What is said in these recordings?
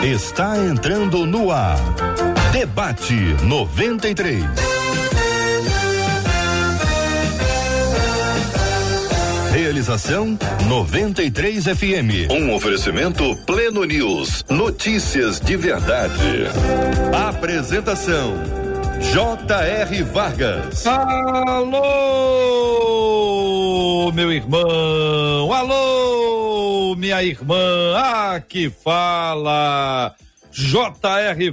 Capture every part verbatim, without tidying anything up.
Está entrando no ar. Debate noventa e três. Realização noventa e três F M. Um oferecimento Pleno News. Notícias de verdade. Apresentação J R Vargas. Alô, meu irmão. Alô, minha irmã. Aqui fala J R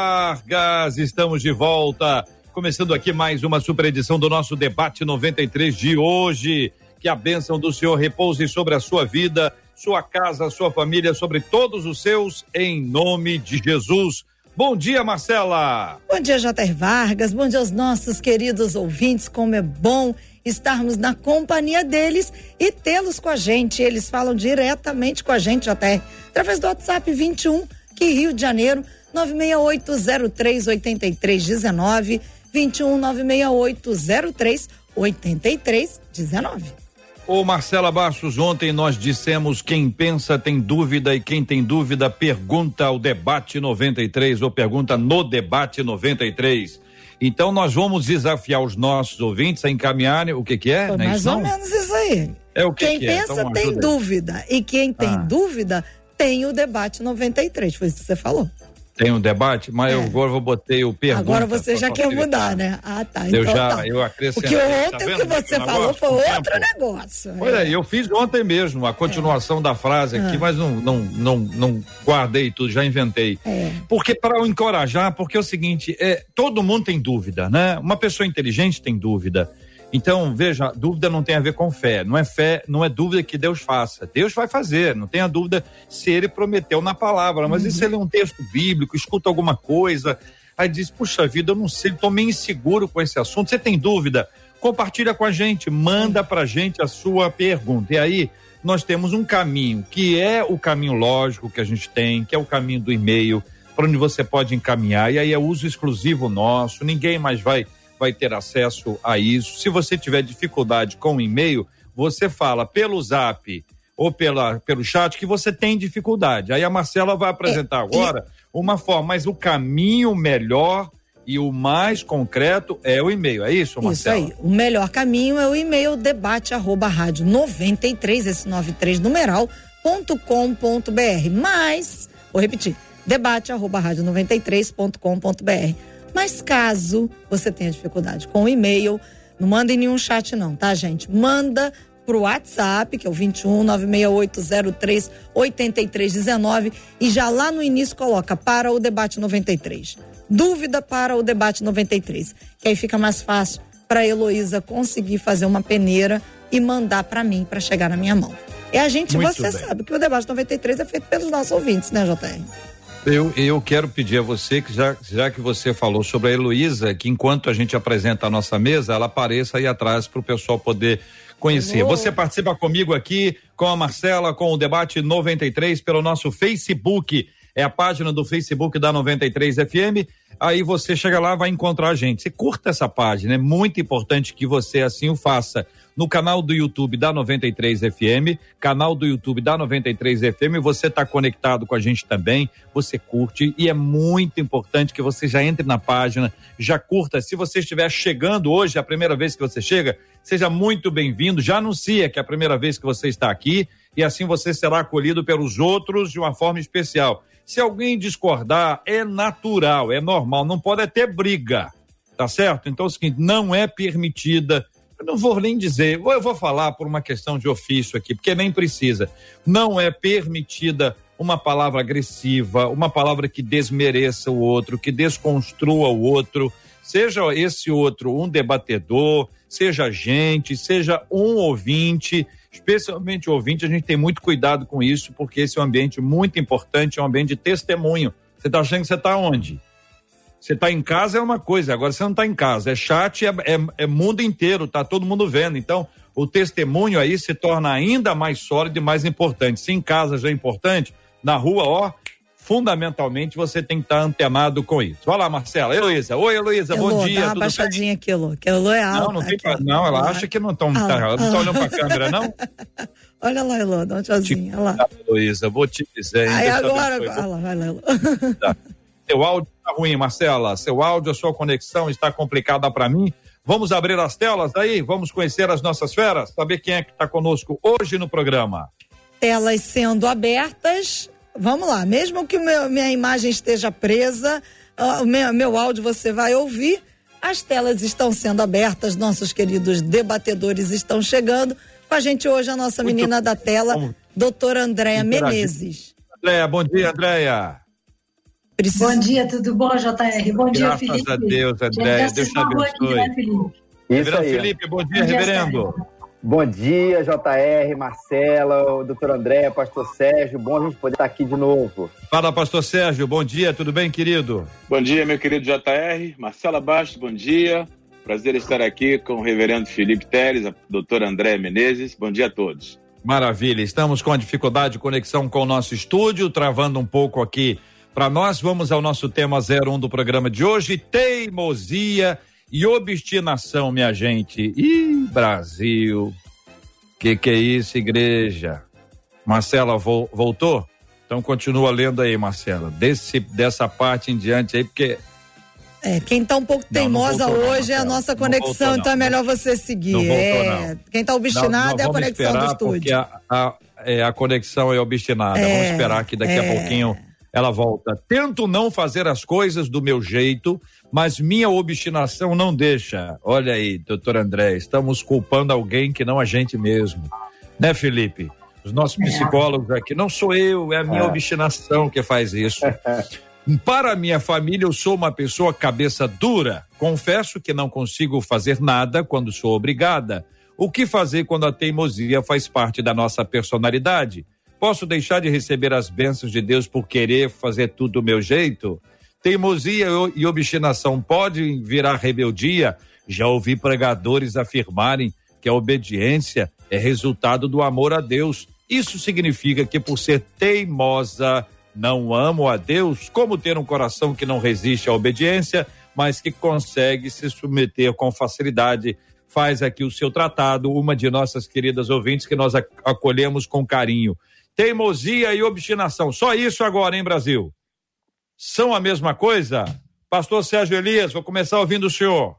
Vargas. Estamos de volta. Começando aqui mais uma super edição do nosso Debate noventa e três de hoje. Que a bênção do Senhor repouse sobre a sua vida, sua casa, sua família, sobre todos os seus, em nome de Jesus. Bom dia, Marcela. Bom dia, J R Vargas. Bom dia aos nossos queridos ouvintes. Como é bom estarmos na companhia deles e tê-los com a gente. Eles falam diretamente com a gente, J R, através do WhatsApp vinte e um, que Rio de Janeiro, nove seis oito zero três oito três um nove, vinte e um, nove seis oito zero três oito três um nove. Ô Marcela Bastos, ontem nós dissemos: quem pensa tem dúvida e quem tem dúvida pergunta ao Debate noventa e três ou pergunta no Debate noventa e três. Então nós vamos desafiar os nossos ouvintes a encaminharem o que que é? Foi né? mais Isso ou não? menos isso aí. É o que quem que é? pensa Então, tem ajuda. dúvida e quem tem Ah. dúvida tem o Debate noventa e três, foi isso que você falou. Tem um debate, mas É. eu agora vou botei o pergunta. Agora você já pra quer facilitar. mudar, né? Ah, tá. Eu então já, tá. eu acrescentei. Porque Tá ontem o vendo que você esse falou negócio foi com o outro tempo? negócio. Olha é. aí, eu fiz ontem mesmo a continuação da frase aqui, Ah. mas não, não, não, não guardei tudo, já inventei. É. Porque para encorajar, porque é o seguinte, é, todo mundo tem dúvida, né? Uma pessoa inteligente tem dúvida. Então, veja, dúvida não tem a ver com fé. Não é fé, não é dúvida que Deus faça. Deus vai fazer, não tenha dúvida se ele prometeu na palavra. Mas Uhum. e se ele é um texto bíblico, escuta alguma coisa, aí diz, puxa vida, eu não sei, tô meio inseguro com esse assunto. Você tem dúvida? Compartilha com a gente, manda pra gente a sua pergunta. E aí, nós temos um caminho, que é o caminho lógico que a gente tem, que é o caminho do e-mail, para onde você pode encaminhar. E aí é uso exclusivo nosso, ninguém mais vai... vai ter acesso a isso. Se você tiver dificuldade com o e-mail, você fala pelo Zap ou pela, pelo chat que você tem dificuldade. Aí a Marcela vai apresentar é, agora e... uma forma, mas o caminho melhor e o mais concreto é o e-mail. É isso, Marcela? Isso aí. O melhor caminho é o e-mail debate arroba rádio noventa e três, esse noventa e três numeral, ponto com ponto br. Mas, vou repetir, debate arroba rádio noventa e três ponto com ponto br. Mas caso você tenha dificuldade com o e-mail, não manda em nenhum chat não, tá, gente? Manda pro WhatsApp, que é o vinte e um, nove seis oito zero três oito três um nove, e já lá no início coloca para o Debate noventa e três. Dúvida para o Debate noventa e três, que aí fica mais fácil para a Heloísa conseguir fazer uma peneira e mandar para mim, para chegar na minha mão. E a gente, Muito você bem. sabe que o Debate noventa e três é feito pelos nossos ouvintes, né, J R? Eu, eu quero pedir a você, que já, já que você falou sobre a Heloísa, que enquanto a gente apresenta a nossa mesa, ela apareça aí atrás para o pessoal poder conhecer. Alô. Você participa comigo aqui, com a Marcela, com o Debate noventa e três, pelo nosso Facebook, é a página do Facebook da noventa e três F M, aí você chega lá e vai encontrar a gente. Você curta essa página, é muito importante que você assim o faça. No canal do YouTube da noventa e três F M, canal do YouTube da noventa e três F M, você está conectado com a gente também, você curte, e é muito importante que você já entre na página, já curta. Se você estiver chegando hoje, é a primeira vez que você chega, seja muito bem-vindo, já anuncia que é a primeira vez que você está aqui, e assim você será acolhido pelos outros de uma forma especial. Se alguém discordar, é natural, é normal, não pode ter briga, tá certo? Então é o seguinte, não é permitida. Eu não vou nem dizer, ou eu vou falar por uma questão de ofício aqui, porque nem precisa. Não é permitida uma palavra agressiva, uma palavra que desmereça o outro, que desconstrua o outro, seja esse outro um debatedor, seja a gente, seja um ouvinte, especialmente o ouvinte, a gente tem muito cuidado com isso, porque esse é um ambiente muito importante, é um ambiente de testemunho. Você está achando que você está onde? Você está em casa é uma coisa, agora você não está em casa, é chat, é, é, é mundo inteiro, tá todo mundo vendo, então o testemunho aí se torna ainda mais sólido e mais importante. Se em casa já é importante, na rua, ó, fundamentalmente você tem que estar antenado com isso. Vai lá, Marcela. Heloísa. Oi, Heloísa, Elô, bom dia. Dá uma baixadinha aqui, Elô, que a Elô é alta. Não, não tem aqui, pra, não, ela acha que não estão, ah, tá, ela não está ah, olhando pra câmera, não? Olha lá, Elô, dá uma tchazinha, olha lá. Heloísa, vou te dizer. Hein, Aí agora, agora, lá, vai lá, Elô. Tá. Seu áudio está ruim, Marcela. Seu áudio, a sua conexão está complicada para mim. Vamos abrir as telas aí? Vamos conhecer as nossas feras? Saber quem é que está conosco hoje no programa. Telas sendo abertas. Vamos lá. Mesmo que meu, minha imagem esteja presa, o uh, meu, meu áudio você vai ouvir. As telas estão sendo abertas. Nossos queridos debatedores estão chegando. Com a gente hoje a nossa Muito menina bom. da tela, Vamos. doutora Andréia Menezes. Andréia, bom dia, Andréia. Precisa... Bom dia, tudo bom, J R? Bom dia, Graças Felipe. Graças a Deus, Andréia. Deus te abençoe. Aqui, né, Felipe? Reverendo Felipe, bom dia, bom dia reverendo. Bom dia, J R, Marcela, doutor André, pastor Sérgio. Bom a gente poder estar aqui de novo. Fala, pastor Sérgio. Bom dia, tudo bem, querido? Bom dia, meu querido J R. Marcela Bastos, bom dia. Prazer estar aqui com o reverendo Felipe Teres, a doutora André Menezes. Bom dia a todos. Maravilha. Estamos com a dificuldade de conexão com o nosso estúdio, travando um pouco aqui para nós. Vamos ao nosso tema zero um do programa de hoje: teimosia e obstinação, minha gente. Ih, Brasil, que que é isso, igreja? Marcela, vo, voltou? Então continua lendo aí, Marcela, desse, dessa parte em diante aí, porque... É, quem tá um pouco teimosa não, não voltou, hoje não, é a nossa conexão, voltou, então é melhor você seguir. Não voltou, é, não. Quem tá obstinado não, é a conexão do estúdio. Porque a, a, é, a conexão é obstinada, é, vamos esperar que daqui é... a pouquinho ela volta. Tento não fazer as coisas do meu jeito, mas minha obstinação não deixa. Olha aí, doutor André, estamos culpando alguém que não a gente mesmo. Né, Felipe? Os nossos psicólogos aqui, não sou eu, é a minha é. obstinação que faz isso. Para a minha família, eu sou uma pessoa cabeça dura. Confesso que não consigo fazer nada quando sou obrigada. O que fazer quando a teimosia faz parte da nossa personalidade? Posso deixar de receber as bênçãos de Deus por querer fazer tudo do meu jeito? Teimosia e obstinação podem virar rebeldia? Já ouvi pregadores afirmarem que a obediência é resultado do amor a Deus. Isso significa que por ser teimosa não amo a Deus? Como ter um coração que não resiste à obediência, mas que consegue se submeter com facilidade? Faz aqui o seu tratado uma de nossas queridas ouvintes que nós acolhemos com carinho. Teimosia e obstinação, só isso agora, hein, Brasil? São a mesma coisa? Pastor Sérgio Elias, vou começar ouvindo o senhor.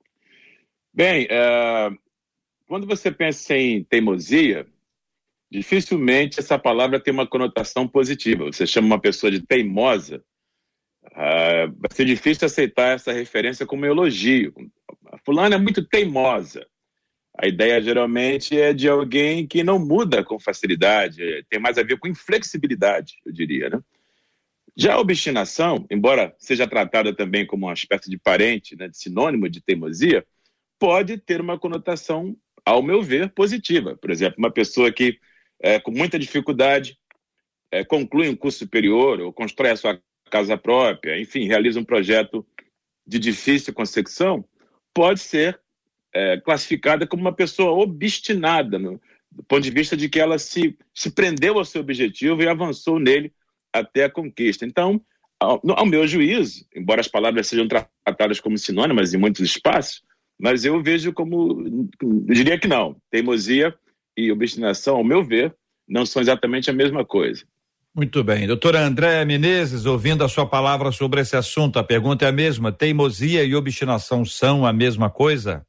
Bem, uh, quando você pensa em teimosia, dificilmente essa palavra tem uma conotação positiva. Você chama uma pessoa de teimosa, uh, vai ser difícil aceitar essa referência como um elogio. A fulana é muito teimosa. A ideia geralmente é de alguém que não muda com facilidade, tem mais a ver com inflexibilidade, eu diria, né? Já a obstinação, embora seja tratada também como uma espécie de parente, né, de sinônimo de teimosia, pode ter uma conotação, ao meu ver, positiva. Por exemplo, uma pessoa que, é, com muita dificuldade, é, conclui um curso superior ou constrói a sua casa própria, enfim, realiza um projeto de difícil consecução, pode ser é, classificada como uma pessoa obstinada, no, do ponto de vista de que ela se, se prendeu ao seu objetivo e avançou nele até a conquista. Então, ao, ao meu juízo, embora as palavras sejam tratadas como sinônimas em muitos espaços, mas eu vejo como, eu diria que não, teimosia e obstinação, ao meu ver, não são exatamente a mesma coisa. Muito bem. Doutora Andréia Menezes, ouvindo a sua palavra sobre esse assunto, a pergunta é a mesma, teimosia e obstinação são a mesma coisa?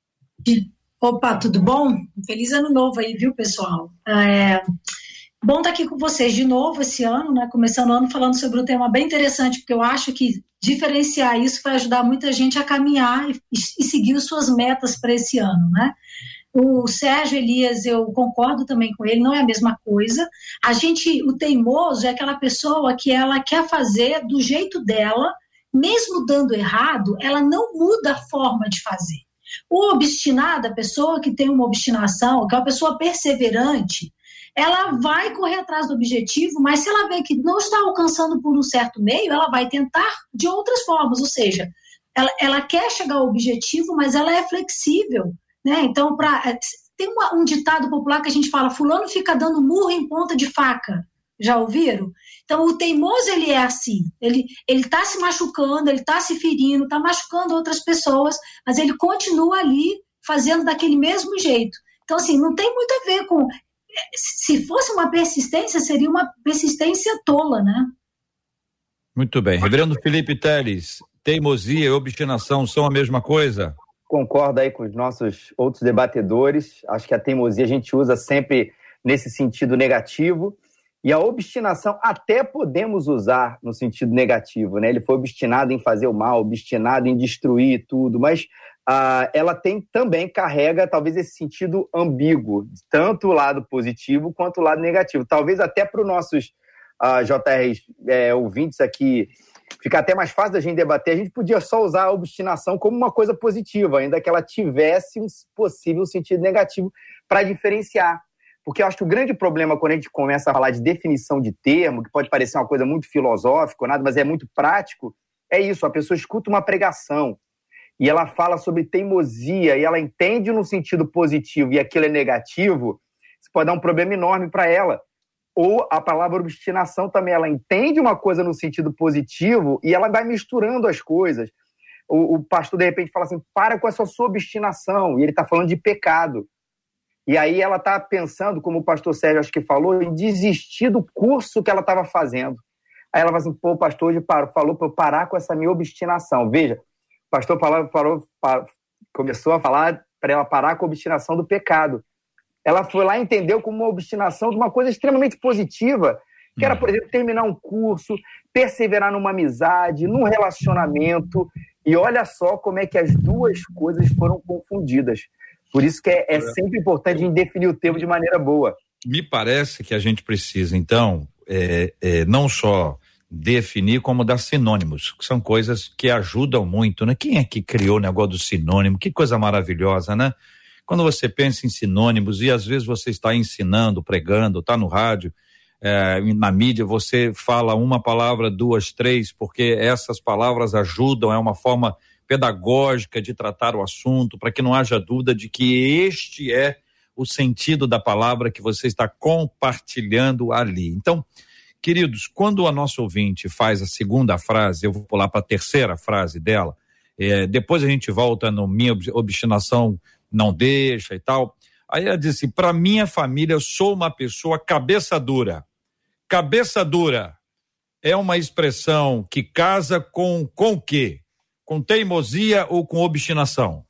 Opa, tudo bom? Feliz ano novo aí, viu, pessoal? É... Bom estar aqui com vocês de novo esse ano, né? Começando o ano falando sobre um tema bem interessante, porque eu acho que diferenciar isso vai ajudar muita gente a caminhar e, e seguir as suas metas para esse ano, né? O Sérgio Elias, eu concordo também com ele, não é a mesma coisa. A gente, o teimoso é aquela pessoa que ela quer fazer do jeito dela, mesmo dando errado, ela não muda a forma de fazer. O obstinado, a pessoa que tem uma obstinação, que é uma pessoa perseverante, ela vai correr atrás do objetivo, mas se ela vê que não está alcançando por um certo meio, ela vai tentar de outras formas, ou seja, ela, ela quer chegar ao objetivo, mas ela é flexível, né? Então, pra, tem uma, um ditado popular que a gente fala, fulano fica dando murro em ponta de faca, Já ouviram? Então, o teimoso, ele é assim, ele ele tá se machucando, ele tá se ferindo, tá machucando outras pessoas, mas ele continua ali fazendo daquele mesmo jeito. Então, assim, não tem muito a ver com... Se fosse uma persistência, seria uma persistência tola, né? Muito bem. Reverendo Felipe Teles, teimosia e obstinação são a mesma coisa? Concordo aí com os nossos outros debatedores. Acho que a teimosia a gente usa sempre nesse sentido negativo. E a obstinação até podemos usar no sentido negativo, né? Ele foi obstinado em fazer o mal, obstinado em destruir tudo, mas ah, ela tem também, carrega talvez esse sentido ambíguo, tanto o lado positivo quanto o lado negativo. Talvez até para os nossos ah, J Rs é, ouvintes aqui, fica até mais fácil da gente debater, a gente podia só usar a obstinação como uma coisa positiva, ainda que ela tivesse um possível sentido negativo para diferenciar. Porque eu acho que o grande problema quando a gente começa a falar de definição de termo, que pode parecer uma coisa muito filosófica, nada, mas é muito prático, é isso, a pessoa escuta uma pregação e ela fala sobre teimosia e ela entende no sentido positivo e aquilo é negativo, isso pode dar um problema enorme para ela. Ou a palavra obstinação também, ela entende uma coisa no sentido positivo e ela vai misturando as coisas. O, o pastor, de repente, fala assim, para com essa sua obstinação, e ele está falando de pecado. E aí ela está pensando, como o pastor Sérgio acho que falou, em desistir do curso que ela estava fazendo. Aí ela fala assim, pô, o pastor hoje parou, falou para eu parar com essa minha obstinação. Veja, o pastor falou, parou, parou, começou a falar para ela parar com a obstinação do pecado. Ela foi lá e entendeu como uma obstinação de uma coisa extremamente positiva, que era, por exemplo, terminar um curso, perseverar numa amizade, num relacionamento. E olha só como é que as duas coisas foram confundidas. Por isso que é, é sempre importante a gente definir o termo de maneira boa. Me parece que a gente precisa, então, é, é, não só definir, como dar sinônimos, que são coisas que ajudam muito, né? Quem é que criou o negócio do sinônimo? Que coisa maravilhosa, né? Quando você pensa em sinônimos, e às vezes você está ensinando, pregando, está no rádio, é, na mídia, você fala uma palavra, duas, três, porque essas palavras ajudam, é uma forma pedagógica de tratar o assunto, para que não haja dúvida de que este é o sentido da palavra que você está compartilhando ali. Então, queridos, quando a nossa ouvinte faz a segunda frase, eu vou pular para a terceira frase dela, é, depois a gente volta no minha obstinação não deixa e tal, aí ela disse, para minha família eu sou uma pessoa cabeça dura. Cabeça dura é uma expressão que casa com com o quê? Com teimosia ou com obstinação?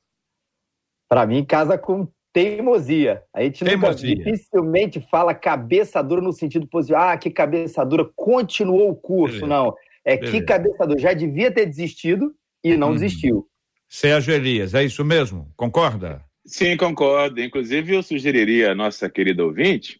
Para mim, casa com teimosia. A gente teimosia. Nunca, dificilmente fala cabeça dura no sentido positivo. Ah, que cabeça dura, continuou o curso. Beleza. Não, é Beleza. Que cabeça dura. Já devia ter desistido e não hum. desistiu. Sérgio Elias, é isso mesmo? Concorda? Sim, concordo. Inclusive, eu sugeriria à nossa querida ouvinte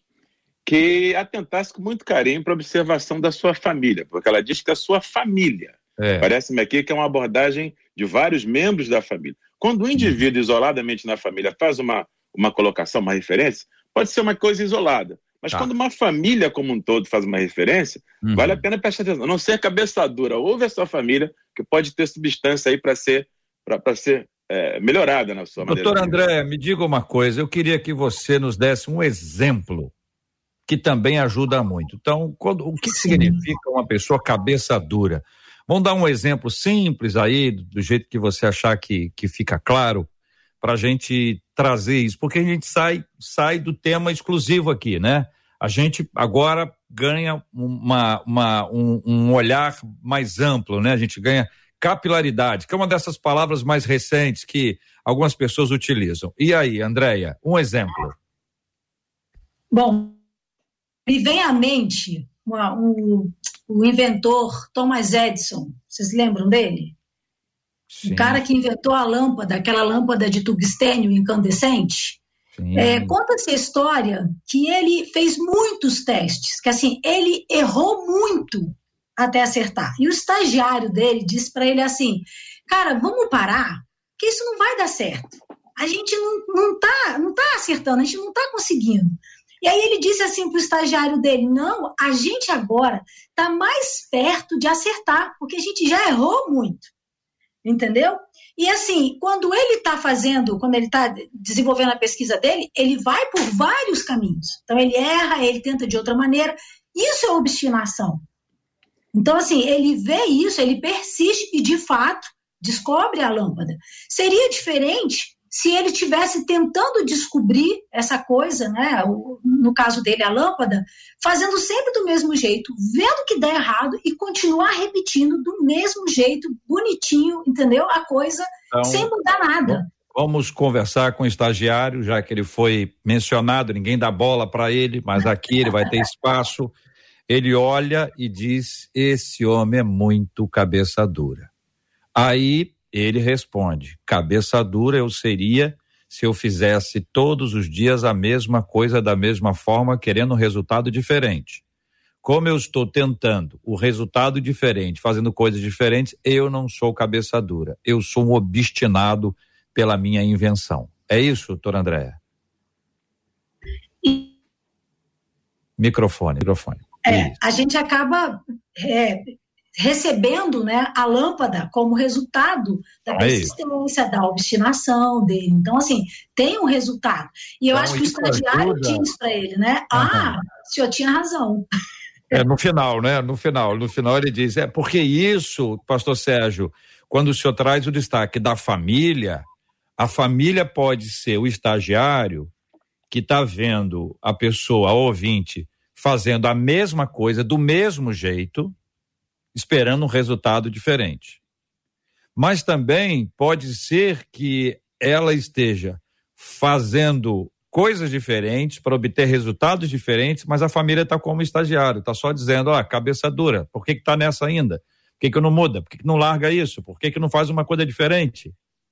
que atentasse com muito carinho para a observação da sua família, porque ela diz que é a sua família. É. Parece-me aqui que é uma abordagem de vários membros da família. Quando o indivíduo isoladamente na família faz uma, uma colocação, uma referência, pode ser uma coisa isolada. Mas tá. Quando uma família como um todo faz uma referência, uhum. vale a pena prestar atenção. Não ser cabeça dura, ouve a sua família, que pode ter substância aí para ser, para ser é, melhorada na sua maneira. Doutor André, me diga uma coisa, eu queria que você nos desse um exemplo que também ajuda muito. Então, quando, o que significa uma pessoa cabeça dura? Vamos dar um exemplo simples aí, do jeito que você achar que, que fica claro, para a gente trazer isso, porque a gente sai, sai do tema exclusivo aqui, né? A gente agora ganha uma, uma, um, um olhar mais amplo, né? A gente ganha capilaridade, que é uma dessas palavras mais recentes que algumas pessoas utilizam. E aí, Andréia, um exemplo? Bom, me vem à mente uma, um... o inventor Thomas Edison, vocês lembram dele? Sim. O cara que inventou a lâmpada, aquela lâmpada de tungstênio incandescente. É, conta-se a história que ele fez muitos testes, que assim, ele errou muito até acertar. E o estagiário dele disse para ele assim, cara, vamos parar, que isso não vai dar certo. A gente não, não, tá, não tá acertando, a gente não tá conseguindo. E aí ele disse assim para o estagiário dele, não, a gente agora está mais perto de acertar, porque a gente já errou muito, entendeu? E assim, quando ele está fazendo, quando ele está desenvolvendo a pesquisa dele, ele vai por vários caminhos. Então ele erra, ele tenta de outra maneira, Isso é obstinação. Então, assim, ele vê isso, ele persiste e, de fato, descobre a lâmpada. Seria diferente se ele estivesse tentando descobrir essa coisa, né? No caso dele, a lâmpada, fazendo sempre do mesmo jeito, vendo que dá errado e continuar repetindo do mesmo jeito, bonitinho, entendeu? A coisa então, sem mudar nada. Vamos conversar com o estagiário, já que ele foi mencionado, ninguém dá bola para ele, mas aqui ele vai ter espaço. Ele olha e diz: esse homem é muito cabeça dura. Aí ele responde: cabeça dura eu seria se eu fizesse todos os dias a mesma coisa da mesma forma, querendo um resultado diferente. Como eu estou tentando o resultado diferente, fazendo coisas diferentes, eu não sou cabeça dura. Eu sou um obstinado pela minha invenção. É isso, doutora Andréa? E... Microfone, microfone. É, a gente acaba é, recebendo, né, a lâmpada como resultado da persistência, da obstinação dele. Então, assim, tem um resultado. E eu então, acho que o estagiário ajuda. Diz para ele, né? Uhum. Ah, o senhor tinha razão. É, no final, né? No final, no final ele diz, é porque isso, pastor Sérgio, quando o senhor traz o destaque da família, a família pode ser o estagiário que está vendo a pessoa, a ouvinte, fazendo a mesma coisa, do mesmo jeito, esperando um resultado diferente. Mas também pode ser que ela esteja fazendo coisas diferentes para obter resultados diferentes, mas a família está como estagiário, está só dizendo, ó, cabeça dura, por que que tá nessa ainda? Por que que não muda? Por que que não larga isso? Por que que não faz uma coisa diferente?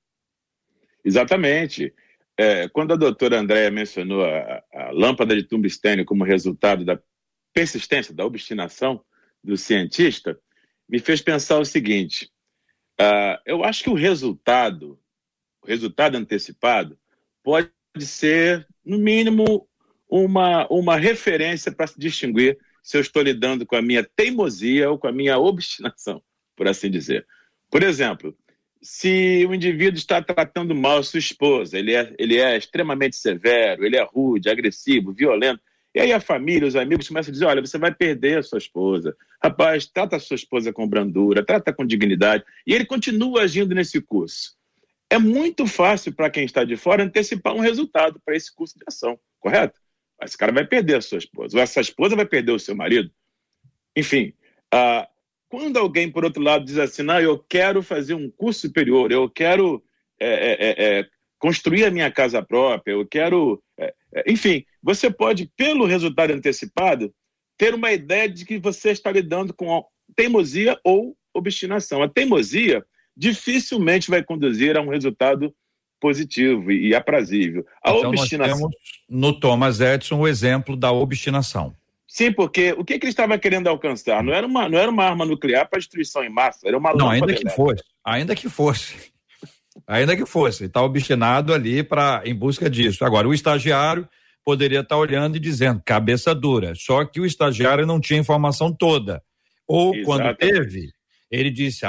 Exatamente. É, quando a doutora Andréa mencionou a, a lâmpada de tungstênio como resultado da persistência, da obstinação do cientista, me fez pensar o seguinte, uh, eu acho que o resultado, o resultado antecipado, pode ser, no mínimo, uma, uma referência para se distinguir se eu estou lidando com a minha teimosia ou com a minha obstinação, por assim dizer. Por exemplo, se o indivíduo está tratando mal a sua esposa, ele é, ele é extremamente severo, ele é rude, agressivo, violento, e aí a família, os amigos começam a dizer, olha, você vai perder a sua esposa. Rapaz, trata a sua esposa com brandura, trata com dignidade. E ele continua agindo nesse curso. É muito fácil para quem está de fora antecipar um resultado para esse curso de ação, correto? Esse cara vai perder a sua esposa, ou essa esposa vai perder o seu marido. Enfim, ah, quando alguém, por outro lado, diz assim, não, eu quero fazer um curso superior, eu quero é, é, é, construir a minha casa própria, eu quero... É, é, enfim, você pode, pelo resultado antecipado, ter uma ideia de que você está lidando com teimosia ou obstinação. A teimosia dificilmente vai conduzir a um resultado positivo e, e aprazível. A então obstinação... nós temos no Thomas Edison o exemplo da obstinação. Sim, porque o que, que ele estava querendo alcançar? Não era uma, não era uma arma nuclear para destruição em massa, era uma Não, lâmpada ainda que fosse, ainda que fosse. Ainda que fosse, está obstinado ali pra, em busca disso. Agora, o estagiário poderia estar olhando e dizendo, cabeça dura, só que o estagiário não tinha informação toda. Ou Exatamente. Quando teve, ele disse,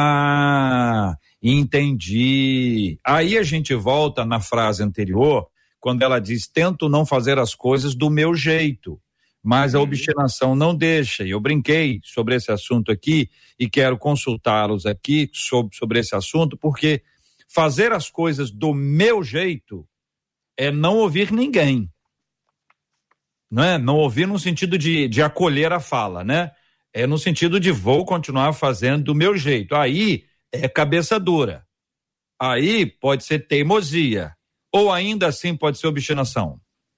ah, entendi. Aí a gente volta na frase anterior, quando ela diz, tento não fazer as coisas do meu jeito, mas a obstinação não deixa. E eu brinquei sobre esse assunto aqui e quero consultá-los aqui sobre, sobre esse assunto, porque fazer as coisas do meu jeito é não ouvir ninguém. Não é? Não ouvir no sentido de, de acolher a fala, né? É no sentido de vou continuar fazendo do meu jeito. Aí é cabeça dura. Aí pode ser teimosia. Ou ainda assim pode ser obstinação.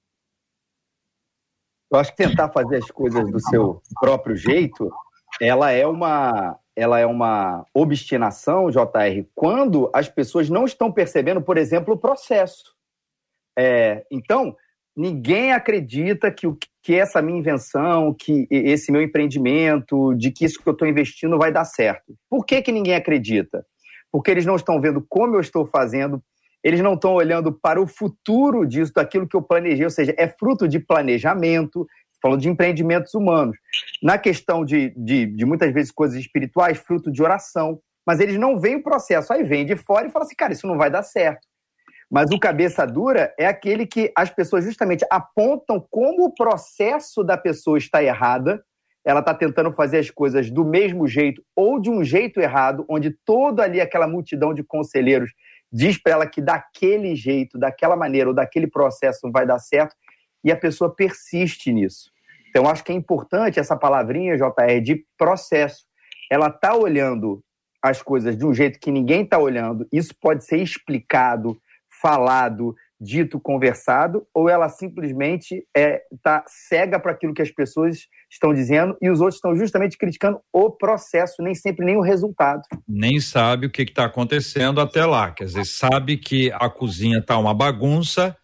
Eu acho que tentar fazer as coisas do seu próprio jeito, ela é uma, ela é uma obstinação, J R, quando as pessoas não estão percebendo, por exemplo, o processo. É, então, ninguém acredita que, o, que essa minha invenção, que esse meu empreendimento, de que isso que eu estou investindo vai dar certo. Por que que ninguém acredita? Porque eles não estão vendo como eu estou fazendo, eles não estão olhando para o futuro disso, daquilo que eu planejei, ou seja, é fruto de planejamento, falando de empreendimentos humanos. Na questão de, de, de muitas vezes coisas espirituais, fruto de oração, mas eles não veem o processo, aí vem de fora e fala assim, cara, isso não vai dar certo. Mas o cabeça dura é aquele que as pessoas justamente apontam como o processo da pessoa está errada ela está tentando fazer as coisas do mesmo jeito ou de um jeito errado, onde toda ali aquela multidão de conselheiros diz para ela que daquele jeito, daquela maneira ou daquele processo não vai dar certo, e a pessoa persiste nisso. Então, acho que é importante essa palavrinha, J R, de processo. Ela está olhando as coisas de um jeito que ninguém está olhando, isso pode ser explicado, falado, dito, conversado, ou ela simplesmente está é, tá cega para aquilo que as pessoas estão dizendo e os outros estão justamente criticando o processo, nem sempre nem o resultado. Nem sabe o que está acontecendo até lá, quer dizer, sabe que a cozinha está uma bagunça,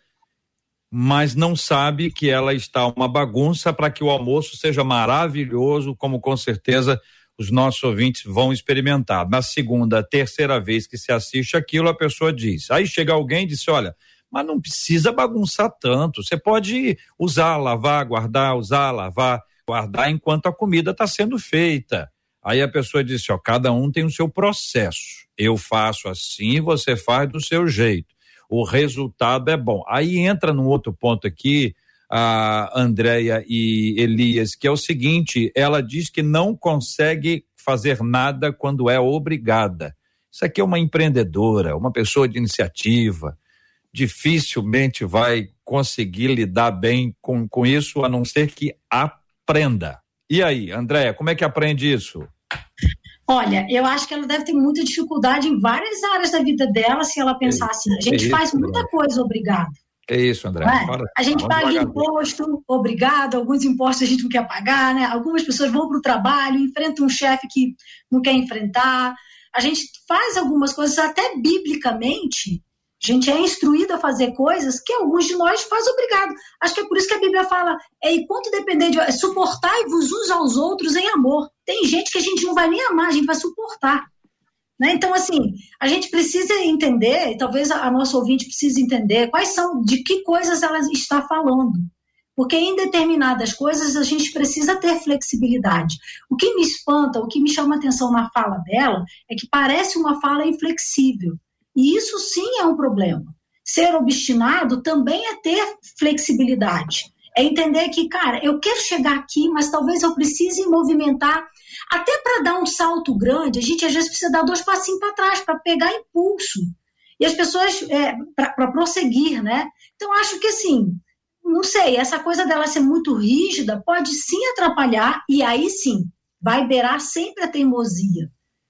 mas não sabe que ela está uma bagunça para que o almoço seja maravilhoso, como com certeza os nossos ouvintes vão experimentar. Na segunda, terceira vez que se assiste aquilo, a pessoa diz. Aí chega alguém e diz, olha, mas não precisa bagunçar tanto, você pode usar, lavar, guardar, usar, lavar, guardar enquanto a comida está sendo feita. Aí a pessoa diz, ó, cada um tem o seu processo, eu faço assim, você faz do seu jeito, o resultado é bom. Aí entra num outro ponto aqui, a Andréia e Elias, que é o seguinte, ela diz que não consegue fazer nada quando é obrigada. Isso aqui é uma empreendedora, uma pessoa de iniciativa, dificilmente vai conseguir lidar bem com, com isso, a não ser que aprenda. E aí, Andréia, como é que aprende isso? Olha, eu acho que ela deve ter muita dificuldade em várias áreas da vida dela, se ela pensar é, assim, a gente é faz isso, muita coisa obrigado. É isso, André. É? Fala, a gente paga imposto, obrigado, alguns impostos a gente não quer pagar, né? Algumas pessoas vão para o trabalho, enfrentam um chefe que não quer enfrentar. A gente faz algumas coisas, até biblicamente, a gente é instruído a fazer coisas que alguns de nós faz obrigado. Acho que é por isso que a Bíblia fala, é, enquanto depender de... É, suportai-vos uns aos outros em amor. Tem gente que a gente não vai nem amar, a gente vai suportar. Né? Então, assim, a gente precisa entender, e talvez a, a nossa ouvinte precise entender, quais são, de que coisas ela está falando. Porque em determinadas coisas a gente precisa ter flexibilidade. O que me espanta, o que me chama atenção na fala dela, é que parece uma fala inflexível. E isso sim é um problema. Ser obstinado também é ter flexibilidade. É entender que, cara, eu quero chegar aqui, mas talvez eu precise movimentar. Até para dar um salto grande, a gente às vezes precisa dar dois passinhos para trás, para pegar impulso. E as pessoas, é, para prosseguir, né? Então, acho que assim, não sei, essa coisa dela ser muito rígida pode sim atrapalhar, e aí sim, vai beirar sempre a teimosia.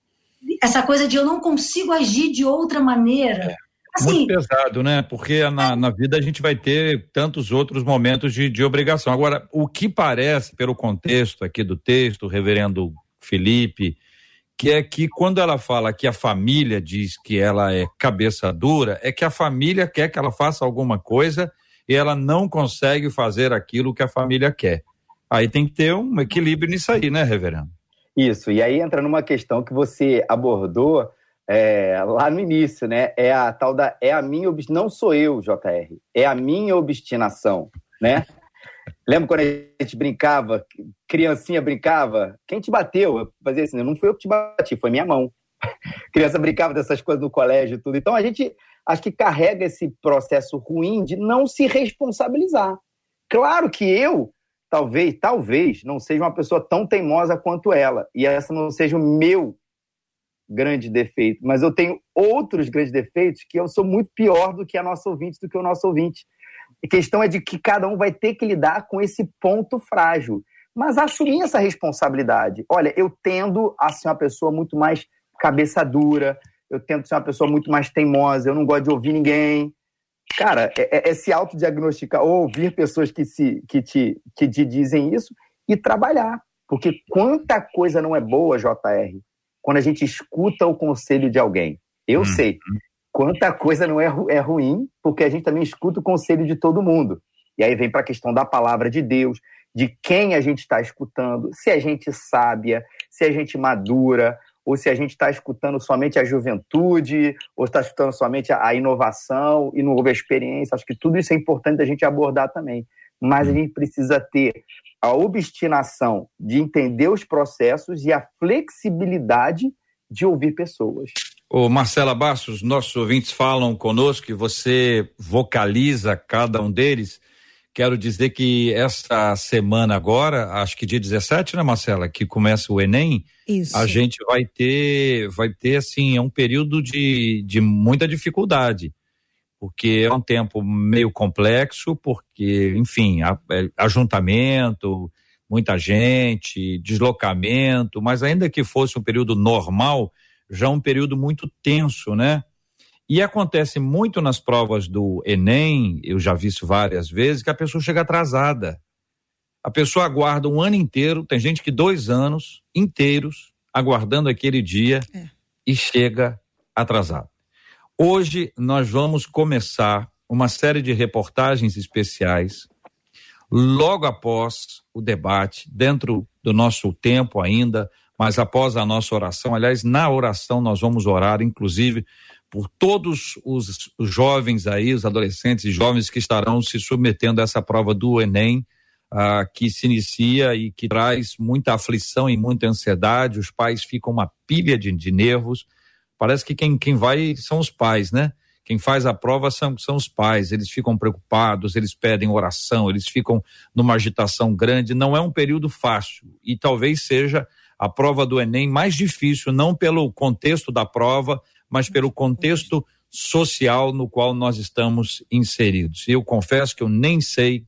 Essa coisa de eu não consigo agir de outra maneira. Assim, muito pesado, né? Porque na, na vida a gente vai ter tantos outros momentos de, de obrigação. Agora, o que parece, pelo contexto aqui do texto, o reverendo Felipe, que é que quando ela fala que a família diz que ela é cabeça dura, é que a família quer que ela faça alguma coisa e ela não consegue fazer aquilo que a família quer. Aí tem que ter um equilíbrio nisso aí, né, reverendo? Isso, e aí entra numa questão que você abordou é, lá no início, né? É a tal da, é a minha, não sou eu, J R, é a minha obstinação, né? Lembra quando a gente brincava, criancinha brincava, quem te bateu? Eu fazia assim, não fui eu que te bati, foi minha mão. Criança brincava dessas coisas no colégio e tudo. Então a gente, acho que carrega esse processo ruim de não se responsabilizar. Claro que eu, talvez, talvez, não seja uma pessoa tão teimosa quanto ela, e essa não seja o meu grande defeito, mas eu tenho outros grandes defeitos que eu sou muito pior do que a nossa ouvinte, do que o nosso ouvinte. A questão é de que cada um vai ter que lidar com esse ponto frágil, mas assumir essa responsabilidade. Olha, eu tendo a ser uma pessoa muito mais cabeça dura, eu tento ser uma pessoa muito mais teimosa, eu não gosto de ouvir ninguém. Cara, é, é se autodiagnosticar ou ouvir pessoas que, se, que, te, que te dizem isso e trabalhar. Porque quanta coisa não é boa, J R, quando a gente escuta o conselho de alguém. Eu hum. sei. Quanta coisa não é, é ruim, porque a gente também escuta o conselho de todo mundo. E aí vem para a questão da palavra de Deus, de quem a gente está escutando, se a gente é sábia, se a gente madura, ou se a gente está escutando somente a juventude, ou está escutando somente a, a inovação e não houve a experiência. Acho que tudo isso é importante da gente abordar também. Mas a gente precisa ter a obstinação de entender os processos e a flexibilidade de ouvir pessoas. Ô Marcela Bastos, nossos ouvintes falam conosco que você vocaliza cada um deles. quero dizer que essa semana agora, acho que dia dezessete, né, Marcela, que começa o Enem, Isso. a gente vai ter, vai ter assim, é um período de, de muita dificuldade, porque é um tempo meio complexo, porque, enfim, a, é, ajuntamento, muita gente, deslocamento, mas ainda que fosse um período normal, já é um período muito tenso, né? E acontece muito nas provas do Enem, eu já vi isso várias vezes, que a pessoa chega atrasada. A pessoa aguarda um ano inteiro, tem gente que dois anos inteiros aguardando aquele dia é. e chega atrasado. Hoje nós vamos começar uma série de reportagens especiais, logo após o debate, dentro do nosso tempo ainda, mas após a nossa oração. Aliás, na oração nós vamos orar, inclusive, por todos os, os jovens aí, os adolescentes e jovens que estarão se submetendo a essa prova do Enem, ah, que se inicia e que traz muita aflição e muita ansiedade. Os pais ficam uma pilha de, de nervos. Parece que quem, quem vai são os pais, né? Quem faz a prova são, são os pais. Eles ficam preocupados, eles pedem oração, eles ficam numa agitação grande. Não é um período fácil e talvez seja a prova do Enem mais difícil, não pelo contexto da prova, mas pelo contexto social no qual nós estamos inseridos. Eu confesso que eu nem sei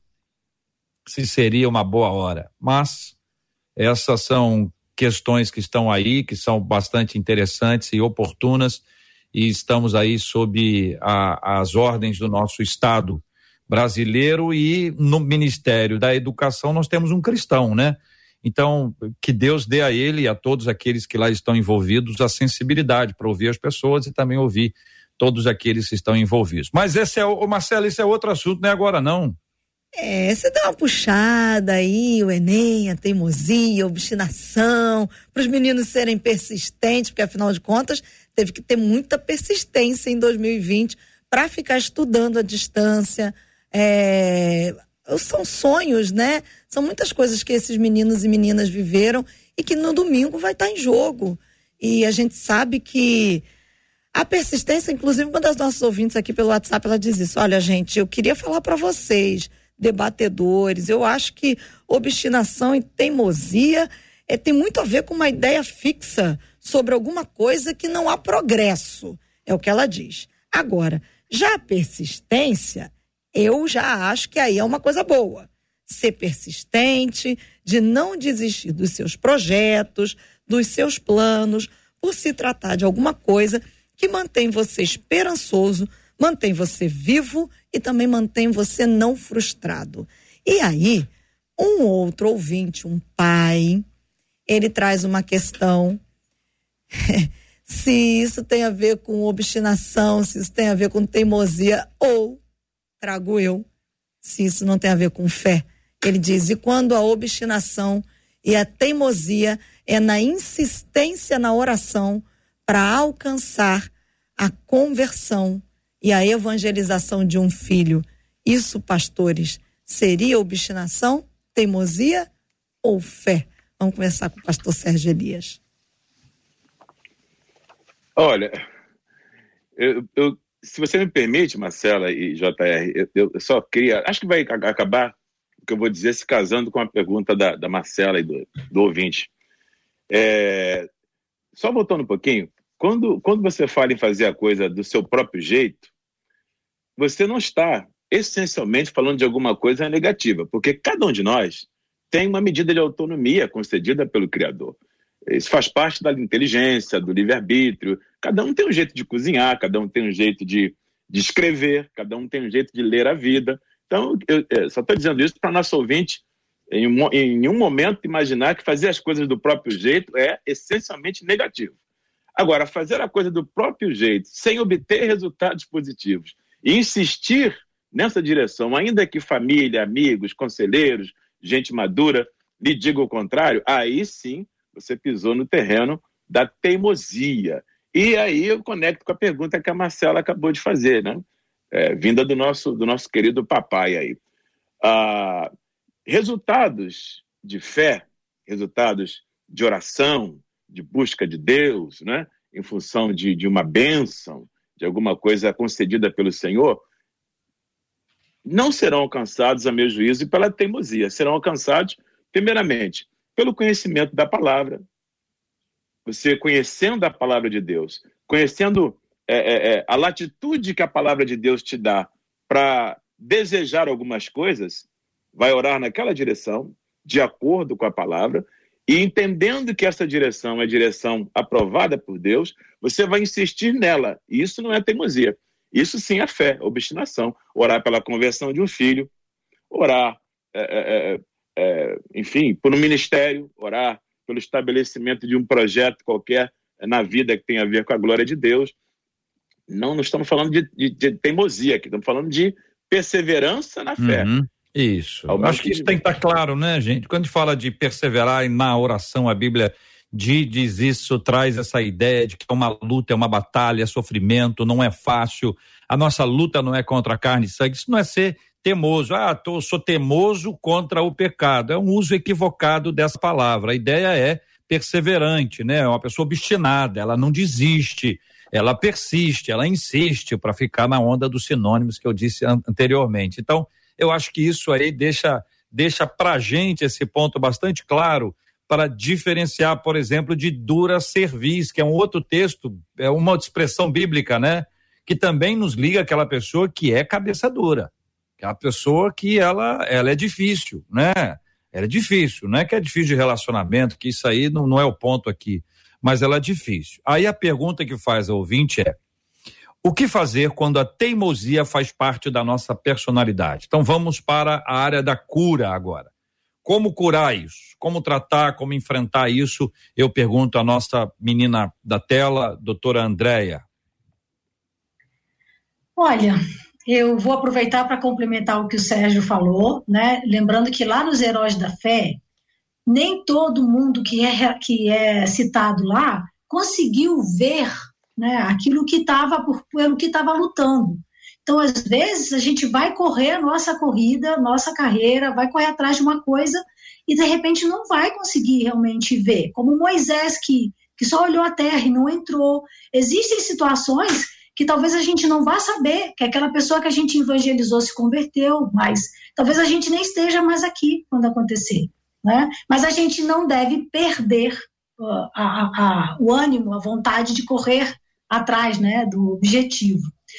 se seria uma boa hora, mas essas são questões que estão aí, que são bastante interessantes e oportunas, e estamos aí sob a, as ordens do nosso Estado brasileiro, e no Ministério da Educação nós temos um cristão, né? Então, que Deus dê a ele e a todos aqueles que lá estão envolvidos a sensibilidade para ouvir as pessoas e também ouvir todos aqueles que estão envolvidos. Mas esse é, o Marcelo, esse é outro assunto, não é agora não. É, você dá uma puxada aí, o Enem, a teimosia, a obstinação, para os meninos serem persistentes, porque afinal de contas teve que ter muita persistência em dois mil e vinte para ficar estudando à distância. É, são sonhos, né? São muitas coisas que esses meninos e meninas viveram e que no domingo vai estar em jogo. E a gente sabe que a persistência, inclusive uma das nossas ouvintes aqui pelo WhatsApp, ela diz isso: olha, gente, eu queria falar para vocês, debatedores, eu acho que obstinação e teimosia é, tem muito a ver com uma ideia fixa sobre alguma coisa que não há progresso, é o que ela diz. Agora, já a persistência, eu já acho que aí é uma coisa boa. Ser persistente, de não desistir dos seus projetos, dos seus planos, por se tratar de alguma coisa que mantém você esperançoso, mantém você vivo e também mantém você não frustrado. E aí, um outro ouvinte, um pai, ele traz uma questão, se isso tem a ver com obstinação, se isso tem a ver com teimosia, ou, trago eu, se isso não tem a ver com fé. Ele diz: e quando a obstinação e a teimosia é na insistência na oração para alcançar a conversão e a evangelização de um filho, isso, pastores, seria obstinação, teimosia ou fé? Vamos começar com o pastor Sérgio Elias. Olha, eu, eu, se você me permite, Marcela e J R, eu, eu só queria, acho que vai acabar o que eu vou dizer se casando com a pergunta da, da Marcela e do, do ouvinte. É, só voltando um pouquinho, quando, quando você fala em fazer a coisa do seu próprio jeito, você não está essencialmente falando de alguma coisa negativa, porque cada um de nós tem uma medida de autonomia concedida pelo Criador. Isso faz parte da inteligência, do livre-arbítrio. Cada um tem um jeito de cozinhar, cada um tem um jeito de, de escrever, cada um tem um jeito de ler a vida. Então, eu, eu só estou dizendo isso para nosso ouvinte, em um, em um momento, imaginar que fazer as coisas do próprio jeito é essencialmente negativo. Agora, fazer a coisa do próprio jeito, sem obter resultados positivos, e insistir nessa direção, ainda que família, amigos, conselheiros, gente madura lhe diga o contrário, aí sim você pisou no terreno da teimosia. E aí eu conecto com a pergunta que a Marcela acabou de fazer, né? É, vinda do nosso, do nosso querido papai aí. Ah, resultados de fé, resultados de oração, de busca de Deus, né? Em função de, de uma bênção, de alguma coisa concedida pelo Senhor, não serão alcançados, a meu juízo, pela teimosia. Serão alcançados, primeiramente, pelo conhecimento da palavra. Você conhecendo a palavra de Deus, conhecendo é, é, é, a latitude que a palavra de Deus te dá para desejar algumas coisas, vai orar naquela direção, de acordo com a palavra, e entendendo que essa direção é direção aprovada por Deus, você vai insistir nela. E isso não é teimosia. Isso sim é fé, obstinação. Orar pela conversão de um filho, orar, é, é, é, enfim, por um ministério, orar pelo estabelecimento de um projeto qualquer na vida que tem a ver com a glória de Deus. Não, não estamos falando de, de, de teimosia aqui, estamos falando de perseverança na fé. Uhum. Isso. Acho que isso tem que estar claro, né, gente? Quando a gente fala de perseverar na oração, a Bíblia diz isso, traz essa ideia de que é uma luta, é uma batalha, é sofrimento, não é fácil. A nossa luta não é contra a carne e sangue. Isso não é ser teimoso. Ah, tô, sou teimoso contra o pecado. É um uso equivocado dessa palavra. A ideia é perseverante, né? É uma pessoa obstinada, ela não desiste, ela persiste, ela insiste para ficar na onda dos sinônimos que eu disse an- anteriormente. Então, eu acho que isso aí deixa, deixa pra gente esse ponto bastante claro para diferenciar, por exemplo, de dura cerviz, que é um outro texto, é uma expressão bíblica, né? Que também nos liga àquela pessoa que é cabeça dura, que é a pessoa que ela, ela é difícil, né? Ela é difícil, não é que é difícil de relacionamento, que isso aí não, não é o ponto aqui, mas ela é difícil. Aí a pergunta que faz a ouvinte é: o que fazer quando a teimosia faz parte da nossa personalidade? Então vamos para a área da cura agora. Como curar isso? Como tratar, como enfrentar isso? Eu pergunto à nossa menina da tela, doutora Andréia. Olha, eu vou aproveitar para complementar o que o Sérgio falou, né? Lembrando que lá nos Heróis da Fé, nem todo mundo que é, que é citado lá conseguiu ver, né, aquilo que estava, pelo que estava lutando. Então, às vezes, a gente vai correr a nossa corrida, nossa carreira, vai correr atrás de uma coisa e, de repente, não vai conseguir realmente ver. Como Moisés, que, que só olhou a terra e não entrou. Existem situações que talvez a gente não vá saber, que aquela pessoa que a gente evangelizou se converteu, mas talvez a gente nem esteja mais aqui quando acontecer, né? Mas a gente não deve perder uh, a, a, a, o ânimo, a vontade de correr atrás, né, do objetivo.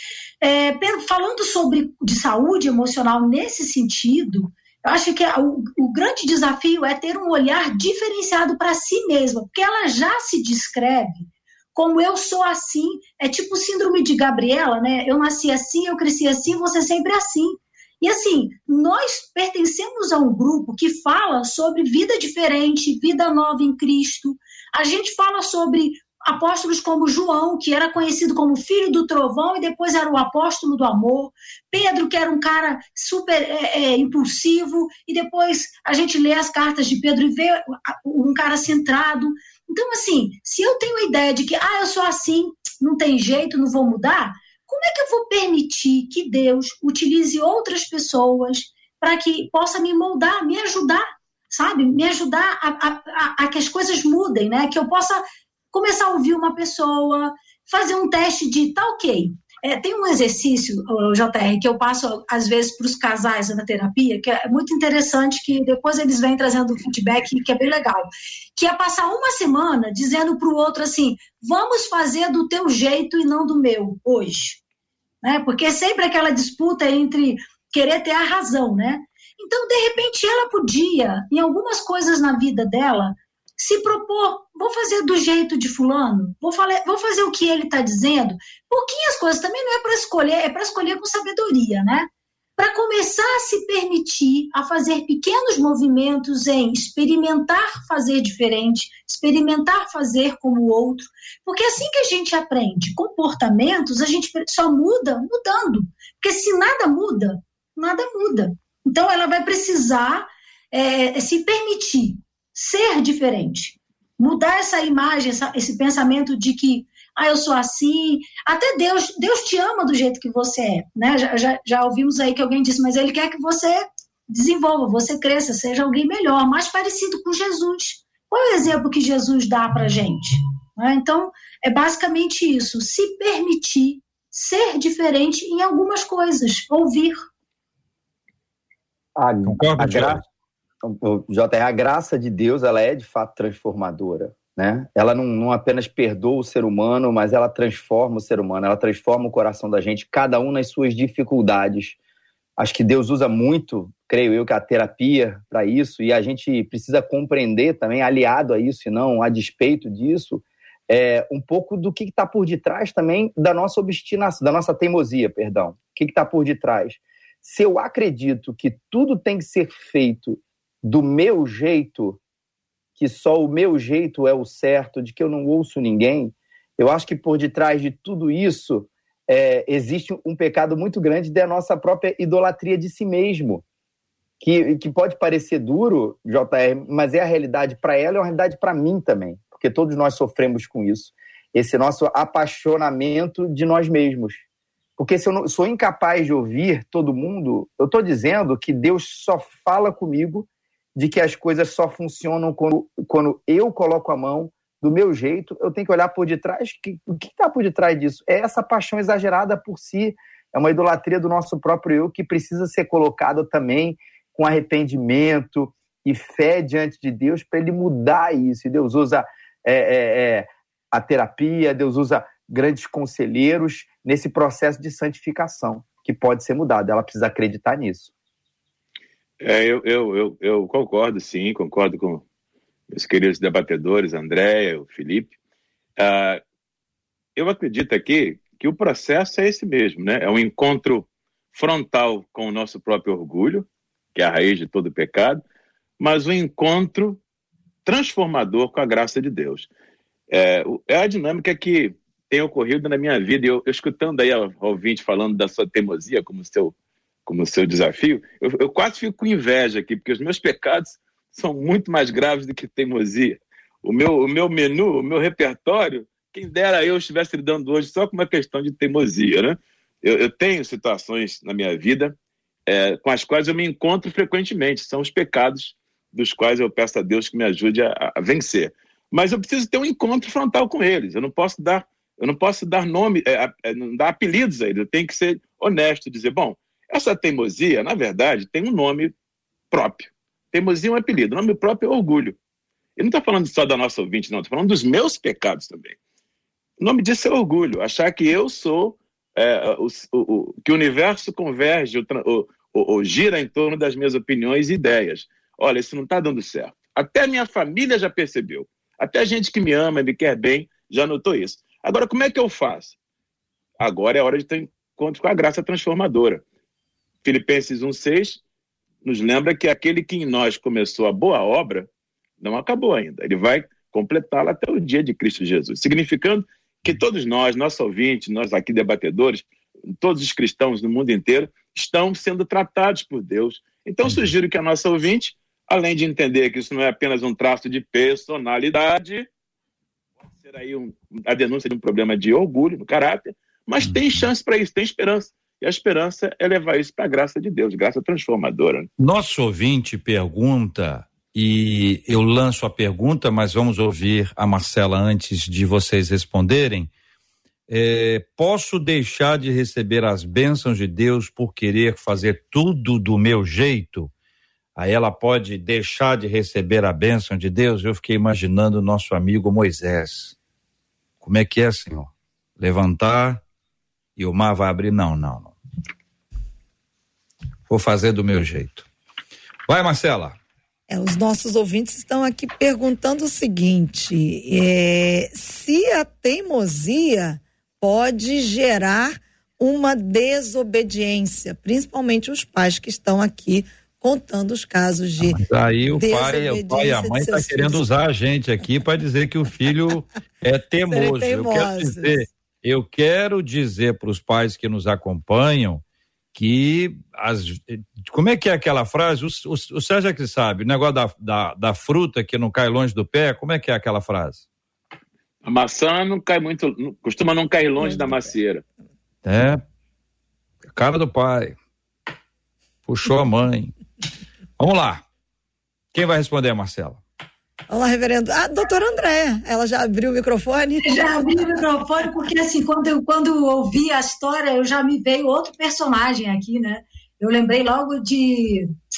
É, falando sobre de saúde emocional nesse sentido, eu acho que a, o, o grande desafio é ter um olhar diferenciado para si mesma, porque ela já se descreve como eu sou assim, é tipo síndrome de Gabriela, né? Eu nasci assim, eu cresci assim, você sempre é assim. E assim, nós pertencemos a um grupo que fala sobre vida diferente, vida nova em Cristo. A gente fala sobre apóstolos como João, que era conhecido como filho do trovão e depois era o apóstolo do amor. Pedro, que era um cara super é, é, impulsivo, e depois a gente lê as cartas de Pedro e vê um cara centrado. Então, assim, se eu tenho a ideia de que, ah, eu sou assim, não tem jeito, não vou mudar, como é que eu vou permitir que Deus utilize outras pessoas para que possa me moldar, me ajudar, sabe? Me ajudar a, a, a, a que as coisas mudem, né? Que eu possa começar a ouvir uma pessoa, fazer um teste de, tá ok. É, tem um exercício, J R, que eu passo às vezes para os casais na terapia, que é muito interessante, que depois eles vêm trazendo feedback, que é bem legal, que é passar uma semana dizendo para o outro assim, vamos fazer do teu jeito e não do meu, hoje. Né? Porque é sempre aquela disputa entre querer ter a razão, né? Então, de repente, ela podia, em algumas coisas na vida dela, se propor, vou fazer do jeito de fulano, vou, falar, vou fazer o que ele está dizendo, pouquinhas coisas, também não é para escolher, é para escolher com sabedoria, né? Para começar a se permitir a fazer pequenos movimentos em experimentar fazer diferente, experimentar fazer como o outro, porque assim que a gente aprende comportamentos, a gente só muda mudando, porque se nada muda, nada muda. Então ela vai precisar é, se permitir ser diferente, mudar essa imagem, essa, esse pensamento de que, ah, eu sou assim, até Deus, Deus te ama do jeito que você é, né? Já, já, já ouvimos aí que alguém disse, mas Ele quer que você desenvolva, você cresça, seja alguém melhor, mais parecido com Jesus. Qual é o exemplo que Jesus dá pra gente? Né? Então, é basicamente isso, se permitir ser diferente em algumas coisas, ouvir. A, a, gra... J R, a graça de Deus, ela é de fato transformadora, né? Ela não, não apenas perdoa o ser humano, mas ela transforma o ser humano, ela transforma o coração da gente, cada um nas suas dificuldades. Acho que Deus usa muito, creio eu, que a terapia para isso, e a gente precisa compreender também, aliado a isso e não a despeito disso, é, um pouco do que está por detrás também da nossa obstinação, da nossa teimosia, perdão. O que está por detrás? Se eu acredito que tudo tem que ser feito do meu jeito, que só o meu jeito é o certo, de que eu não ouço ninguém, eu acho que por detrás de tudo isso é, existe um pecado muito grande da nossa própria idolatria de si mesmo, que, que pode parecer duro, J R, mas é a realidade para ela e é a realidade para mim também, porque todos nós sofremos com isso, esse nosso apaixonamento de nós mesmos. Porque se eu não, sou incapaz de ouvir todo mundo, eu estou dizendo que Deus só fala comigo de que as coisas só funcionam quando, quando eu coloco a mão do meu jeito. Eu tenho que olhar por detrás. Que, o que está por detrás disso? É essa paixão exagerada por si. É uma idolatria do nosso próprio eu que precisa ser colocada também com arrependimento e fé diante de Deus para ele mudar isso. E Deus usa é, é, é, a terapia, Deus usa grandes conselheiros nesse processo de santificação que pode ser mudado. Ela precisa acreditar nisso. É, eu, eu, eu, eu concordo, sim, concordo com meus queridos debatedores, Andréia, o Felipe. Uh, eu acredito aqui que o processo é esse mesmo, né? É um encontro frontal com o nosso próprio orgulho, que é a raiz de todo o pecado, mas um encontro transformador com a graça de Deus. É, é a dinâmica que tem ocorrido na minha vida. Eu, eu escutando aí o ouvinte falando da sua teimosia como seu como seu desafio, eu, eu quase fico com inveja aqui, porque os meus pecados são muito mais graves do que teimosia. O meu, o meu menu, o meu repertório, quem dera eu estivesse lidando hoje só com uma questão de teimosia, né? Eu, eu tenho situações na minha vida é, com as quais eu me encontro frequentemente, são os pecados dos quais eu peço a Deus que me ajude a, a vencer. Mas eu preciso ter um encontro frontal com eles, eu não posso dar, eu não posso dar nome, é, é, não dar apelidos a eles, eu tenho que ser honesto, dizer, bom, essa teimosia, na verdade, tem um nome próprio. Teimosia é um apelido. O nome próprio é orgulho. Eu não estou falando só da nossa ouvinte, não. Estou falando dos meus pecados também. O nome disso é orgulho. Achar que eu sou... É, o, o, que o universo converge ou, ou gira em torno das minhas opiniões e ideias. Olha, isso não está dando certo. Até a minha família já percebeu. Até a gente que me ama e me quer bem já notou isso. Agora, como é que eu faço? Agora é hora de ter encontro com a graça transformadora. Filipenses um, seis nos lembra que aquele que em nós começou a boa obra não acabou ainda. Ele vai completá-la até o dia de Cristo Jesus. Significando que todos nós, nosso ouvinte, nós aqui debatedores, todos os cristãos do mundo inteiro, estão sendo tratados por Deus. Então, sugiro que a nossa ouvinte, além de entender que isso não é apenas um traço de personalidade, pode ser aí um, a denúncia de um problema de orgulho no caráter, mas tem chance para isso, tem esperança. E a esperança é levar isso para a graça de Deus, graça transformadora. Nosso ouvinte pergunta, e eu lanço a pergunta, mas vamos ouvir a Marcela antes de vocês responderem. É, posso deixar de receber as bênçãos de Deus por querer fazer tudo do meu jeito? Aí ela pode deixar de receber a bênção de Deus? Eu fiquei imaginando o nosso amigo Moisés. Como é que é, Senhor? Levantar e o mar vai abrir? Não, não, não. Vou fazer do meu jeito. Vai, Marcela. É, os nossos ouvintes estão aqui perguntando o seguinte, é, se a teimosia pode gerar uma desobediência, principalmente os pais que estão aqui contando os casos de Mas aí o pai, o pai e a mãe estão tá querendo filhos. Usar a gente aqui para dizer que o filho é teimoso. Eu quero dizer, eu quero dizer para os pais que nos acompanham que as, como é que é aquela frase? O, o, o Sérgio é que sabe, o negócio da, da, da fruta que não cai longe do pé, como é que é aquela frase? A maçã não cai muito, costuma não cair longe, longe da macieira. É, cara do pai, puxou a mãe. Vamos lá, quem vai responder, Marcela? Olá, reverendo. Ah, doutora Andréia, ela já abriu o microfone? Já abri o microfone, porque assim, quando eu, quando eu ouvi a história, eu já me veio outro personagem aqui, né? Eu lembrei logo de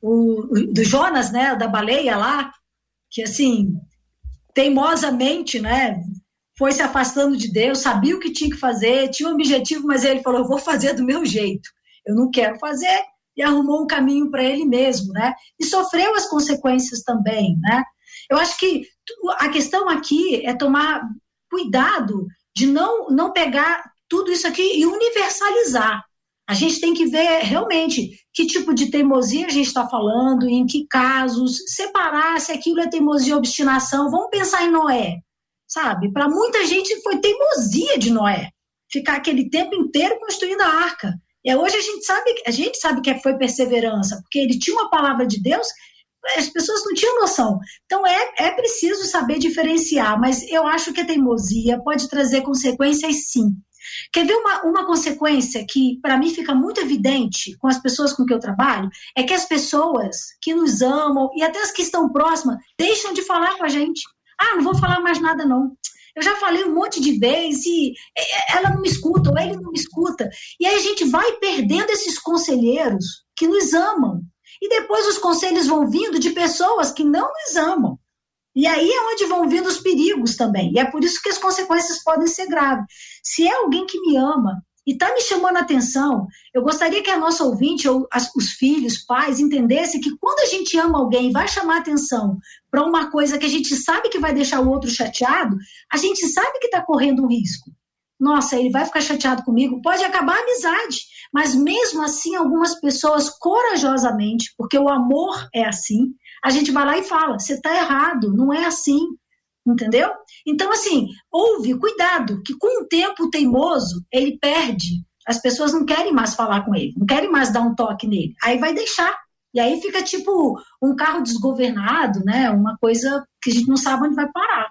o, o, do Jonas, né, da baleia lá, que assim, teimosamente, né, foi se afastando de Deus, sabia o que tinha que fazer, tinha um objetivo, mas ele falou, eu vou fazer do meu jeito, eu não quero fazer, e arrumou um caminho para ele mesmo, né, e sofreu as consequências também, né. Eu acho que a questão aqui é tomar cuidado de não, não pegar tudo isso aqui e universalizar. A gente tem que ver realmente que tipo de teimosia a gente está falando, em que casos, separar se aquilo é teimosia ou obstinação. Vamos pensar em Noé, sabe? Para muita gente foi teimosia de Noé, ficar aquele tempo inteiro construindo a arca. E hoje a gente sabe, a gente sabe que foi perseverança, porque ele tinha uma palavra de Deus, as pessoas não tinham noção. Então é, é preciso saber diferenciar, mas eu acho que a teimosia pode trazer consequências sim. Quer ver uma, uma consequência que para mim fica muito evidente com as pessoas com que eu trabalho? É que as pessoas que nos amam e até as que estão próximas deixam de falar com a gente. Ah, não vou falar mais nada não. Eu já falei um monte de vezes e ela não me escuta ou ele não me escuta. E aí a gente vai perdendo esses conselheiros que nos amam. E depois os conselhos vão vindo de pessoas que não nos amam. E aí é onde vão vindo os perigos também. E é por isso que as consequências podem ser graves. Se é alguém que me ama e está me chamando a atenção, eu gostaria que a nossa ouvinte, ou as, os filhos, pais, entendessem que quando a gente ama alguém e vai chamar atenção para uma coisa que a gente sabe que vai deixar o outro chateado, a gente sabe que está correndo um risco. Nossa, ele vai ficar chateado comigo, pode acabar a amizade. Mas mesmo assim, algumas pessoas corajosamente, porque o amor é assim, a gente vai lá e fala, você está errado, não é assim, entendeu? Então, assim, ouve, cuidado, que com o tempo o teimoso, ele perde, as pessoas não querem mais falar com ele, não querem mais dar um toque nele, aí vai deixar, e aí fica tipo um carro desgovernado, né, uma coisa que a gente não sabe onde vai parar.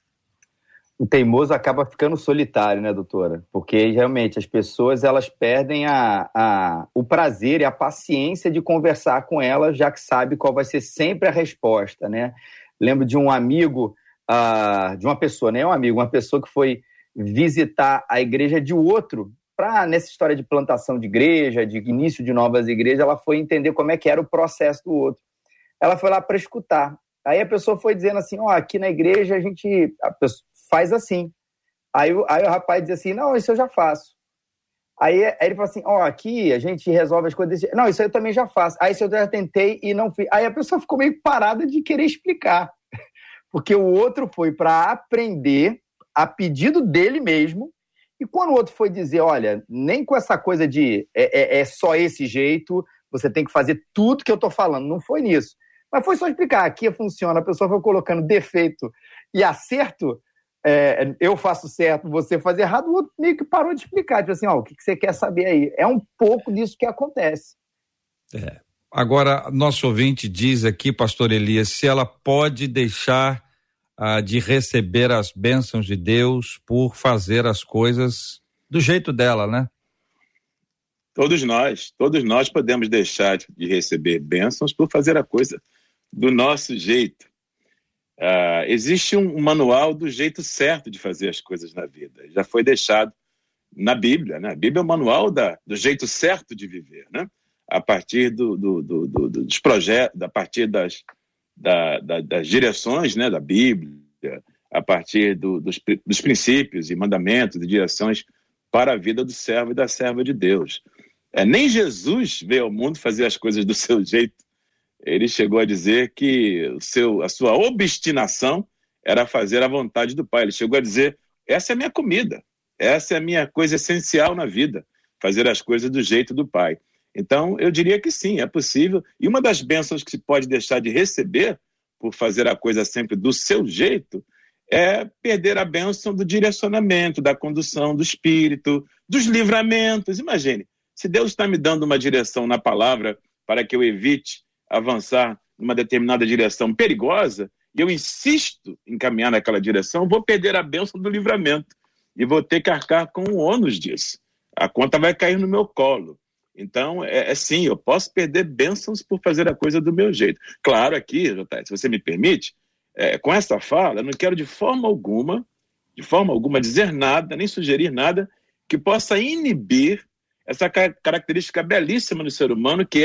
O teimoso acaba ficando solitário, né, doutora? Porque realmente as pessoas elas perdem a, a, o prazer e a paciência de conversar com elas, já que sabe qual vai ser sempre a resposta, né? Lembro de um amigo, uh, de uma pessoa, nem um amigo, uma pessoa que foi visitar a igreja de outro, para nessa história de plantação de igreja, de início de novas igrejas, ela foi entender como é que era o processo do outro. Ela foi lá para escutar. Aí a pessoa foi dizendo assim, ó, oh, aqui na igreja a gente a pessoa faz assim. Aí, aí o rapaz diz assim, não, isso eu já faço. Aí, aí ele fala assim, ó, oh, aqui a gente resolve as coisas desse... Não, isso eu também já faço. Aí isso eu já tentei e não fiz. Aí a pessoa ficou meio parada de querer explicar. Porque o outro foi para aprender a pedido dele mesmo. E quando o outro foi dizer, olha, nem com essa coisa de é, é, é só esse jeito, você tem que fazer tudo que eu tô falando. Não foi nisso. Mas foi só explicar, aqui funciona, a pessoa foi colocando defeito e acerto, é, eu faço certo, você faz errado, o outro meio que parou de explicar, tipo assim, ó, o que você quer saber aí? É um pouco disso que acontece. É. Agora, nosso ouvinte diz aqui, pastor Elias, se ela pode deixar ah, de receber as bênçãos de Deus por fazer as coisas do jeito dela, né? Todos nós, todos nós podemos deixar de receber bênçãos por fazer a coisa do nosso jeito. Uh, existe um, um manual do jeito certo de fazer as coisas na vida. Já foi deixado na Bíblia, né? A Bíblia é o manual da, do jeito certo de viver, né? A partir do, do, do, do, dos projetos, a partir das, da, da, das direções, né, da Bíblia, a partir do, dos, dos princípios e mandamentos e direções para a vida do servo e da serva de Deus. É, nem Jesus veio ao mundo fazer as coisas do seu jeito. Ele chegou a dizer que o seu, a sua obstinação era fazer a vontade do Pai. Ele chegou a dizer, essa é a minha comida, essa é a minha coisa essencial na vida, fazer as coisas do jeito do Pai. Então, eu diria que sim, é possível. E uma das bênçãos que se pode deixar de receber por fazer a coisa sempre do seu jeito é perder a bênção do direcionamento, da condução do Espírito, dos livramentos. Imagine, se Deus está me dando uma direção na palavra para que eu evite avançar numa determinada direção perigosa, e eu insisto em caminhar naquela direção, vou perder a bênção do livramento e vou ter que arcar com o ônus disso. A conta vai cair no meu colo. Então, é, é sim, eu posso perder bênçãos por fazer a coisa do meu jeito. Claro, aqui, J, se você me permite, é, com essa fala, eu não quero de forma alguma, de forma alguma dizer nada, nem sugerir nada que possa inibir essa característica belíssima no ser humano, que é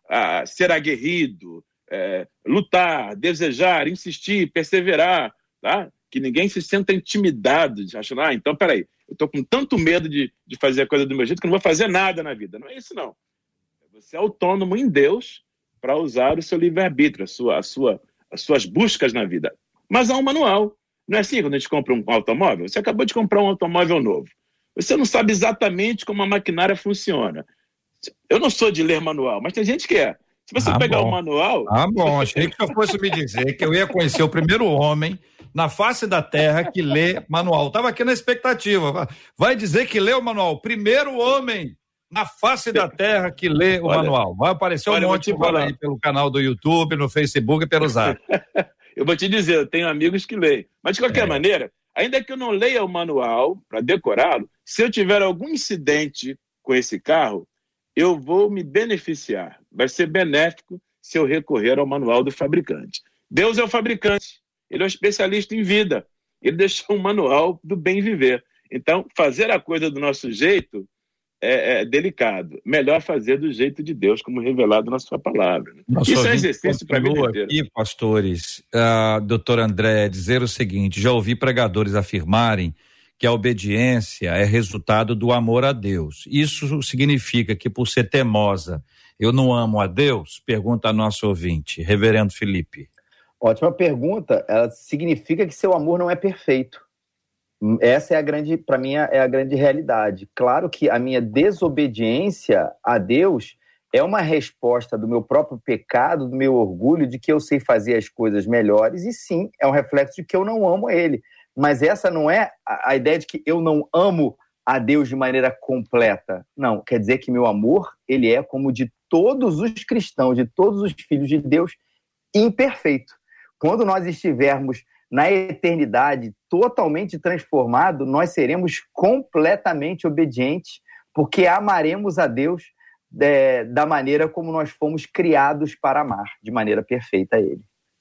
a ser aguerrido, é, lutar, desejar, insistir, perseverar, tá? Que ninguém se sinta intimidado de achar, ah, então peraí, eu estou com tanto medo de, de fazer a coisa do meu jeito que eu não vou fazer nada na vida. Não é isso, não. Você é autônomo em Deus para usar o seu livre-arbítrio, a sua, a sua, as suas buscas na vida. Mas há um manual. Não é assim quando a gente compra um automóvel? Você acabou de comprar um automóvel novo. Você não sabe exatamente como a maquinária funciona. Eu não sou de ler manual, mas tem gente que é. Se você ah, pegar bom. o manual... Ah, bom. Achei que eu fosse me dizer que eu ia conhecer o primeiro homem na face da terra que lê manual. Estava aqui na expectativa. Vai dizer que lê o manual. Primeiro homem na face da terra que lê o olha, manual. Vai aparecer um monte de falar aí pelo canal do YouTube, no Facebook e pelo Zap. Eu vou te dizer, eu tenho amigos que leem. Mas, de qualquer é. maneira, ainda que eu não leia o manual para decorá-lo, se eu tiver algum incidente com esse carro, eu vou me beneficiar. Vai ser benéfico se eu recorrer ao manual do fabricante. Deus é o fabricante. Ele é um especialista em vida. Ele deixou um manual do bem viver. Então, fazer a coisa do nosso jeito é, é delicado. Melhor fazer do jeito de Deus, como revelado na sua palavra. Né? Isso é exercício para a vida inteira. Aqui, pastores, uh, doutor André, dizer o seguinte, já ouvi pregadores afirmarem que a obediência é resultado do amor a Deus. Isso significa que, por ser teimosa, eu não amo a Deus? Pergunta a nosso ouvinte, reverendo Felipe. Ótima pergunta. Ela significa que seu amor não é perfeito. Essa é a grande, para mim, é a grande realidade. Claro que a minha desobediência a Deus é uma resposta do meu próprio pecado, do meu orgulho, de que eu sei fazer as coisas melhores, e sim, é um reflexo de que eu não amo Ele. Mas essa não é a, a ideia de que eu não amo a Deus de maneira completa. Não, quer dizer que meu amor, ele é como de todos os cristãos, de todos os filhos de Deus, imperfeito. Quando nós estivermos na eternidade totalmente transformado, nós seremos completamente obedientes, porque amaremos a Deus é, da maneira como nós fomos criados para amar, de maneira perfeita a Ele.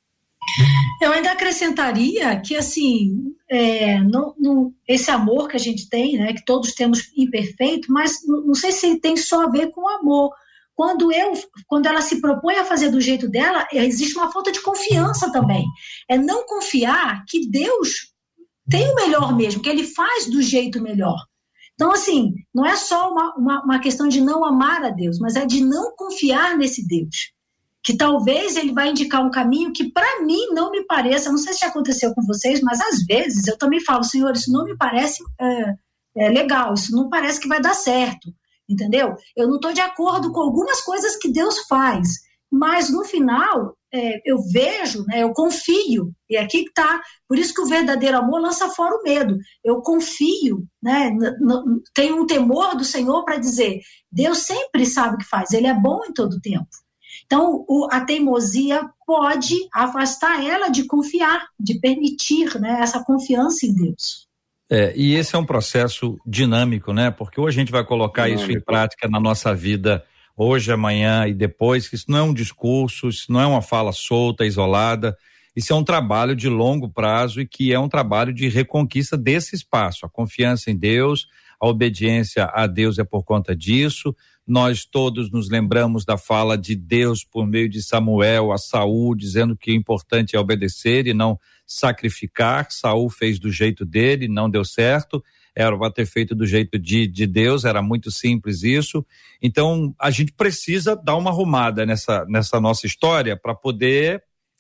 Eu ainda acrescentaria que, assim, é, não, não, esse amor que a gente tem, né, que todos temos imperfeito, mas não, não sei se tem só a ver com amor. Quando, eu, quando ela se propõe a fazer do jeito dela, existe uma falta de confiança também. É não confiar que Deus tem o melhor mesmo, que Ele faz do jeito melhor. Então, assim, não é só uma, uma, uma questão de não amar a Deus, mas é de não confiar nesse Deus. Que talvez Ele vai indicar um caminho que, para mim, não me pareça, não sei se já aconteceu com vocês, mas às vezes eu também falo, Senhor, isso não me parece é, é, legal, isso não parece que vai dar certo. Entendeu? Eu não estou de acordo com algumas coisas que Deus faz, mas no final é, eu vejo, né, eu confio, e aqui que está, por isso que o verdadeiro amor lança fora o medo. Eu confio, né, n- n- tenho um temor do Senhor para dizer, Deus sempre sabe o que faz, Ele é bom em todo tempo. Então o, a teimosia pode afastar ela de confiar, de permitir, né, essa confiança em Deus. É, e esse é um processo dinâmico, né? Porque hoje a gente vai colocar dinâmico. Isso em prática na nossa vida, hoje, amanhã e depois, que isso não é um discurso, isso não é uma fala solta, isolada, isso é um trabalho de longo prazo e que é um trabalho de reconquista desse espaço. A confiança em Deus, a obediência a Deus é por conta disso. Nós todos nos lembramos da fala de Deus por meio de Samuel a Saul, dizendo que o importante é obedecer e não sacrificar. Saul fez do jeito dele, não deu certo, era para ter feito do jeito de, de Deus, era muito simples isso. Então a gente precisa dar uma arrumada nessa, nessa nossa história para poder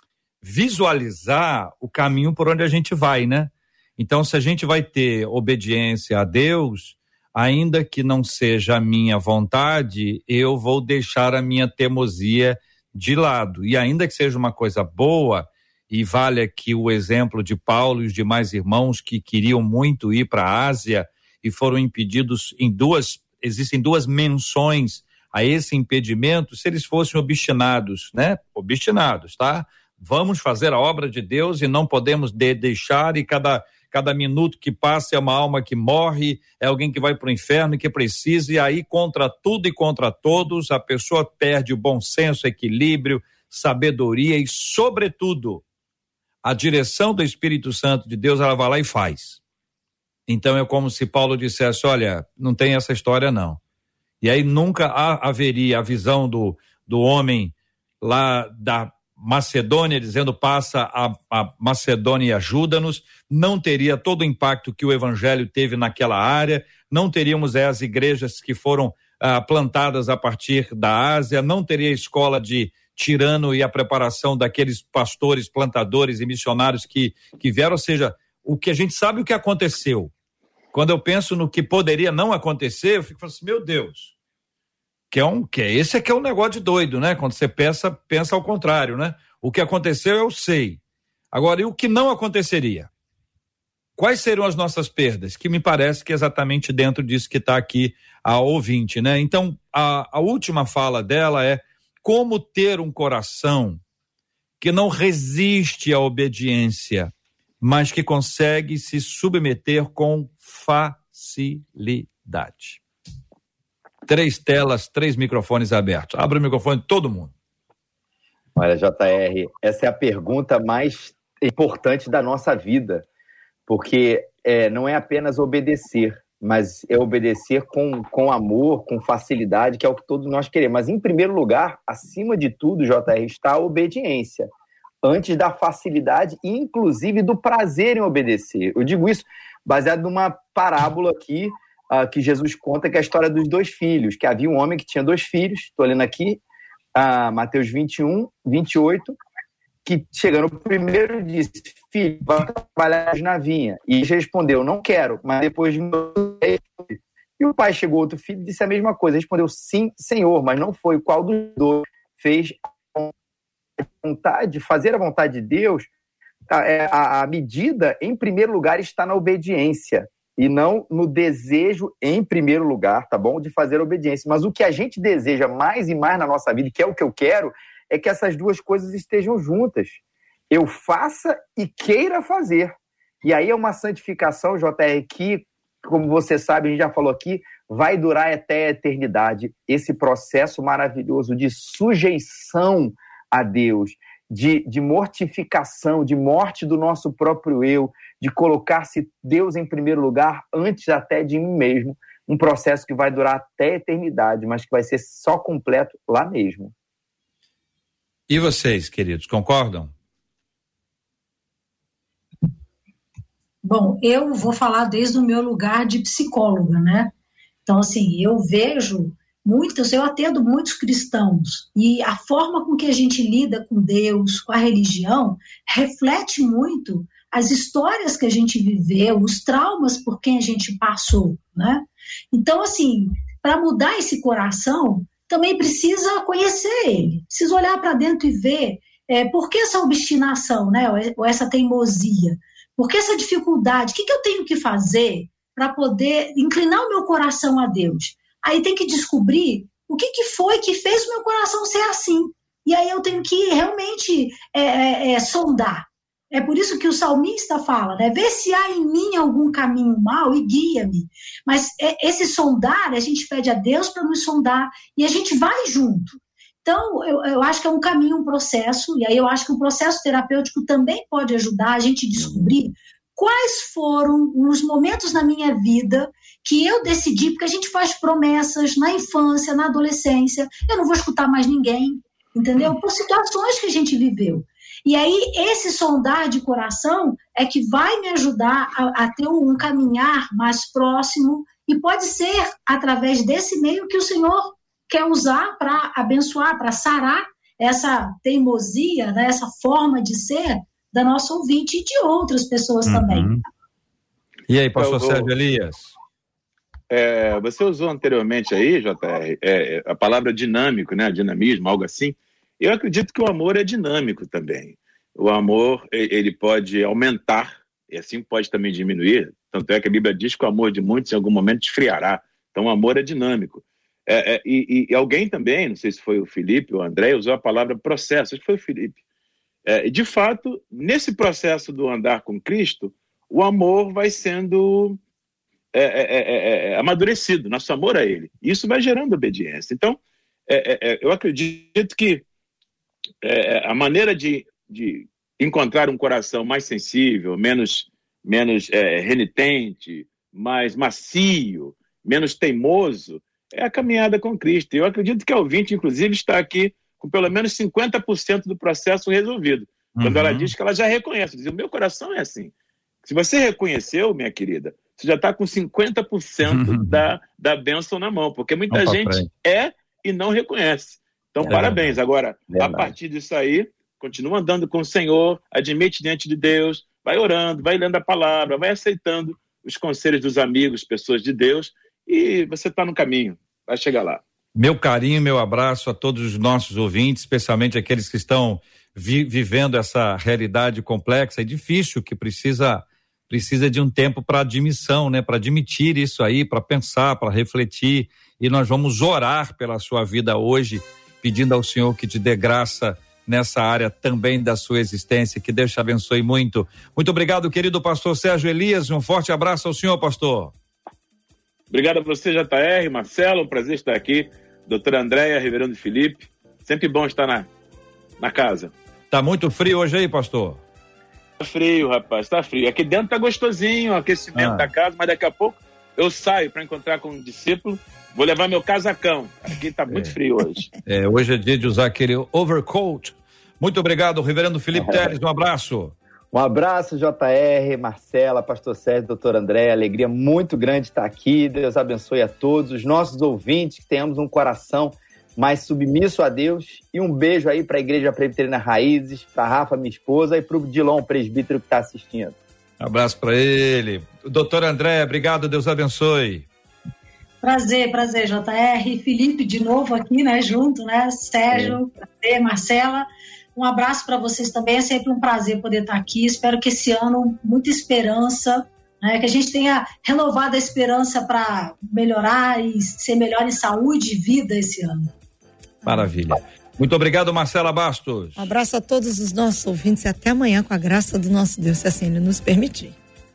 visualizar o caminho por onde a gente vai, né? Então, se a gente vai ter obediência a Deus, ainda que não seja a minha vontade, eu vou deixar a minha teimosia de lado. E ainda que seja uma coisa boa, e vale aqui o exemplo de Paulo e os demais irmãos que queriam muito ir para a Ásia e foram impedidos em duas, existem duas menções a esse impedimento, se eles fossem obstinados, né? Obstinados, tá? Vamos fazer a obra de Deus e não podemos de deixar, e cada, cada minuto que passa é uma alma que morre, é alguém que vai para o inferno e que precisa, e aí contra tudo e contra todos, a pessoa perde o bom senso, equilíbrio, sabedoria e, sobretudo, a direção do Espírito Santo de Deus, ela vai lá e faz. Então é como se Paulo dissesse, olha, não tem essa história não. E aí nunca há, haveria a visão do, do homem lá da Macedônia, dizendo passa a, a Macedônia e ajuda-nos, não teria todo o impacto que o evangelho teve naquela área, não teríamos as igrejas que foram ah, plantadas a partir da Ásia, não teria a escola de Tirano e a preparação daqueles pastores, plantadores e missionários que, que vieram, ou seja, o que a gente sabe o que aconteceu. Quando eu penso no que poderia não acontecer, eu fico falando assim, meu Deus, que é um, que é, esse é que é um negócio de doido, né? Quando você pensa, pensa ao contrário, né? O que aconteceu eu sei. Agora, e o que não aconteceria? Quais seriam as nossas perdas? Que me parece que é exatamente dentro disso que está aqui a ouvinte, né? Então, a, a última fala dela é como ter um coração que não resiste à obediência, mas que consegue se submeter com facilidade. Três telas, três microfones abertos. Abre o microfone de todo mundo. Olha, J R, essa é a pergunta mais importante da nossa vida, porque é, não é apenas obedecer, mas é obedecer com, com amor, com facilidade, que é o que todos nós queremos. Mas, em primeiro lugar, acima de tudo, J R, está a obediência, antes da facilidade e, inclusive, do prazer em obedecer. Eu digo isso baseado numa parábola aqui, uh, que Jesus conta, que é a história dos dois filhos, que havia um homem que tinha dois filhos, estou lendo aqui, uh, Mateus vinte e um, vinte e oito, que chegando o primeiro disse, filho, vai trabalhar na vinha. E ele respondeu, não quero, mas depois de... E o pai chegou, outro filho, e disse a mesma coisa, respondeu, sim, senhor, mas não foi. Qual dos dois fez a vontade, fazer a vontade de Deus? A, a medida, em primeiro lugar, está na obediência, e não no desejo, em primeiro lugar, tá bom, de fazer a obediência. Mas o que a gente deseja mais e mais na nossa vida, que é o que eu quero, é que essas duas coisas estejam juntas. Eu faça e queira fazer. E aí é uma santificação, J R, que, como você sabe, a gente já falou aqui, vai durar até a eternidade. Esse processo maravilhoso de sujeição a Deus, de, de mortificação, de morte do nosso próprio eu, de colocar-se Deus em primeiro lugar, antes até de mim mesmo. Um processo que vai durar até a eternidade, mas que vai ser só completo lá mesmo. E vocês, queridos, concordam? Bom, eu vou falar desde o meu lugar de psicóloga, né? Então, assim, eu vejo muitos, eu atendo muitos cristãos, e a forma com que a gente lida com Deus, com a religião, reflete muito as histórias que a gente viveu, os traumas por quem a gente passou, né? Então, assim, para mudar esse coração, também precisa conhecer ele, precisa olhar para dentro e ver é, por que essa obstinação, né, ou essa teimosia, por que essa dificuldade, o que, que eu tenho que fazer para poder inclinar o meu coração a Deus? Aí tem que descobrir o que, que foi que fez o meu coração ser assim, e aí eu tenho que realmente é, é, é, sondar. É por isso que o salmista fala, né? Vê se há em mim algum caminho mau e guia-me. Mas esse sondar, a gente pede a Deus para nos sondar e a gente vai junto. Então, eu, eu acho que é um caminho, um processo, e aí eu acho que o processo terapêutico também pode ajudar a gente a descobrir quais foram os momentos na minha vida que eu decidi, porque a gente faz promessas na infância, na adolescência, eu não vou escutar mais ninguém, entendeu? Por situações que a gente viveu. E aí, esse sondar de coração é que vai me ajudar a, a ter um, um caminhar mais próximo, e pode ser através desse meio que o Senhor quer usar para abençoar, para sarar essa teimosia, né, essa forma de ser da nossa ouvinte e de outras pessoas uhum. também. E aí, pastor eu, eu, Sérgio Elias? É, você usou anteriormente aí, J R, é, a palavra dinâmico, né, dinamismo, algo assim. Eu acredito que o amor é dinâmico também. O amor, ele pode aumentar, e assim pode também diminuir. Tanto é que a Bíblia diz que o amor de muitos em algum momento esfriará. Então o amor é dinâmico. É, é, e, e alguém também, não sei se foi o Felipe ou o André, usou a palavra processo, acho que foi o Felipe. É, de fato, nesse processo do andar com Cristo, o amor vai sendo é, é, é, é, amadurecido, nosso amor a Ele. Isso vai gerando obediência. Então, é, é, eu acredito que É, a maneira de, de encontrar um coração mais sensível, menos, menos é, renitente, mais macio, menos teimoso, é a caminhada com Cristo. Eu acredito que a ouvinte, inclusive, está aqui com pelo menos cinquenta por cento do processo resolvido. Quando uhum. ela diz que ela já reconhece. Diz, o meu coração é assim. Se você reconheceu, minha querida, você já está com cinquenta por cento uhum. da, da bênção na mão, porque muita não gente é e não reconhece. Então, é parabéns. Agora, verdade. A partir disso aí, continua andando com o Senhor, admite diante de Deus, vai orando, vai lendo a palavra, vai aceitando os conselhos dos amigos, pessoas de Deus, e você está no caminho, vai chegar lá. Meu carinho, meu abraço a todos os nossos ouvintes, especialmente aqueles que estão vi- vivendo essa realidade complexa e difícil, que precisa, precisa de um tempo para admissão, né? Para admitir isso aí, para pensar, para refletir, e nós vamos orar pela sua vida hoje, pedindo ao Senhor que te dê graça nessa área também da sua existência, que Deus te abençoe muito. Muito obrigado, querido pastor Sérgio Elias, um forte abraço ao senhor, pastor. Obrigado a você, J R, Marcelo, um prazer estar aqui, doutora Andréia, reverendo Felipe, sempre bom estar na, na casa. Tá muito frio hoje aí, pastor? Tá frio, rapaz, tá frio. Aqui dentro tá gostosinho, o aquecimento ah. da casa, mas daqui a pouco eu saio para encontrar com um discípulo, vou levar meu casacão. Aqui tá muito é. frio hoje. É, hoje é dia de usar aquele overcoat. Muito obrigado, reverendo Felipe é. Teles, um abraço. Um abraço, J R, Marcela, pastor Sérgio, doutor André, alegria muito grande estar aqui, Deus abençoe a todos, os nossos ouvintes, que tenhamos um coração mais submisso a Deus, e um beijo aí para a Igreja Presbiteriana Raízes, para Rafa, minha esposa, e para o Dilon, presbítero que está assistindo. Abraço para ele. Doutor André, obrigado, Deus abençoe. Prazer, prazer, J R, Felipe de novo aqui, né, junto, né, Sérgio, é. prazer, Marcela. Um abraço para vocês também, é sempre um prazer poder estar aqui. Espero que esse ano, muita esperança, né, que a gente tenha renovado a esperança para melhorar e ser melhor em saúde e vida esse ano. Maravilha. Muito obrigado, Marcela Bastos. Um abraço a todos os nossos ouvintes e até amanhã com a graça do nosso Deus, se assim ele nos permitir.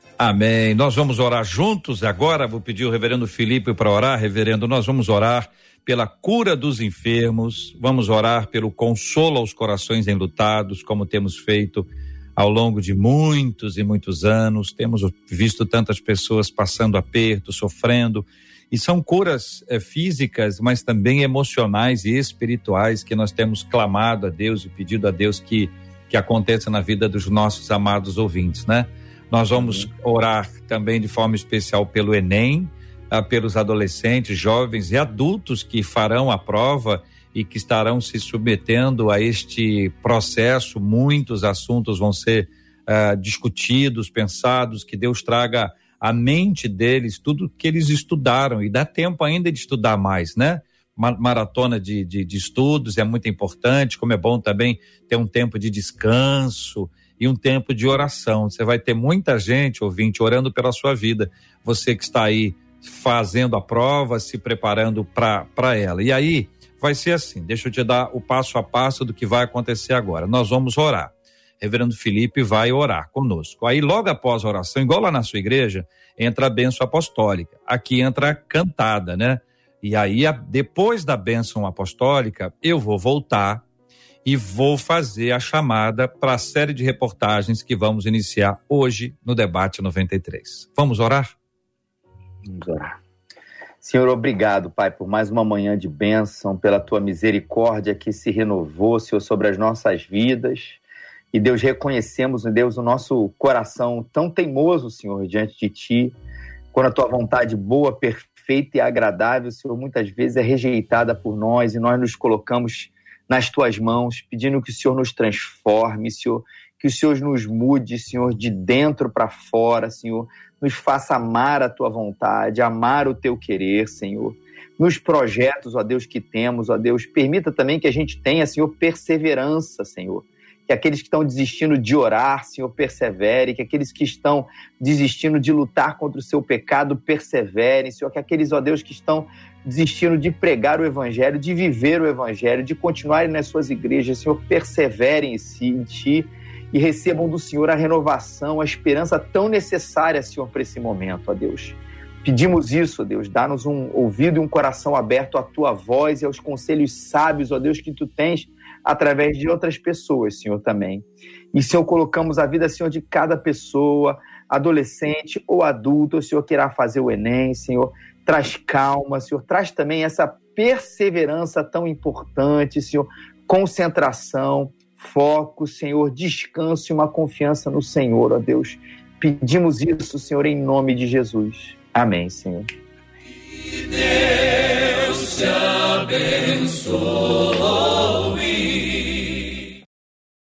Amém. Nós vamos orar juntos agora. Vou pedir o reverendo Felipe para orar. Reverendo, nós vamos orar pela cura dos enfermos, vamos orar pelo consolo aos corações enlutados, como temos feito ao longo de muitos e muitos anos. Temos visto tantas pessoas passando aperto, sofrendo, e são curas é, físicas, mas também emocionais e espirituais que nós temos clamado a Deus e pedido a Deus que, que aconteça na vida dos nossos amados ouvintes, né? Nós vamos orar também de forma especial pelo Enem, pelos adolescentes, jovens e adultos que farão a prova e que estarão se submetendo a este processo. Muitos assuntos vão ser uh, discutidos, pensados, que Deus traga à mente deles tudo que eles estudaram, e dá tempo ainda de estudar mais, né? Maratona de, de, de estudos é muito importante, como é bom também ter um tempo de descanso e um tempo de oração. Você vai ter muita gente, ouvinte, orando pela sua vida, você que está aí fazendo a prova, se preparando para ela. E aí vai ser assim, deixa eu te dar o passo a passo do que vai acontecer agora. Nós vamos orar. Reverendo Felipe vai orar conosco. Aí logo após a oração, igual lá na sua igreja, entra a bênção apostólica. Aqui entra a cantada, né? E aí a, depois da bênção apostólica, eu vou voltar e vou fazer a chamada para a série de reportagens que vamos iniciar hoje no Debate noventa e três. Vamos orar? Vamos orar. Senhor, obrigado, Pai, por mais uma manhã de bênção, pela tua misericórdia que se renovou, Senhor, sobre as nossas vidas. E, Deus, reconhecemos, Deus, o nosso coração tão teimoso, Senhor, diante de ti, quando a tua vontade boa, perfeita e agradável, Senhor, muitas vezes é rejeitada por nós, e nós nos colocamos nas tuas mãos, pedindo que o Senhor nos transforme, Senhor, que o Senhor nos mude, Senhor, de dentro para fora, Senhor, nos faça amar a tua vontade, amar o teu querer, Senhor. Nos projetos, ó Deus, que temos, ó Deus, permita também que a gente tenha, Senhor, perseverança, Senhor. Que aqueles que estão desistindo de orar, Senhor, persevere. Que aqueles que estão desistindo de lutar contra o seu pecado, perseverem, Senhor. Que aqueles, ó Deus, que estão desistindo de pregar o Evangelho, de viver o Evangelho, de continuarem nas suas igrejas, Senhor, perseverem em si, em Ti, e recebam do Senhor a renovação, a esperança tão necessária, Senhor, para esse momento, ó Deus. Pedimos isso, ó Deus, dá-nos um ouvido e um coração aberto à Tua voz e aos conselhos sábios, ó Deus, que Tu tens através de outras pessoas, Senhor, também. E, Senhor, colocamos a vida, Senhor, de cada pessoa, adolescente ou adulto, o Senhor que irá fazer o Enem, Senhor, traz calma, Senhor, traz também essa perseverança tão importante, Senhor, concentração, foco, Senhor, descanso e uma confiança no Senhor, ó Deus. Pedimos isso, Senhor, em nome de Jesus. Amém, Senhor. Deus te abençoe.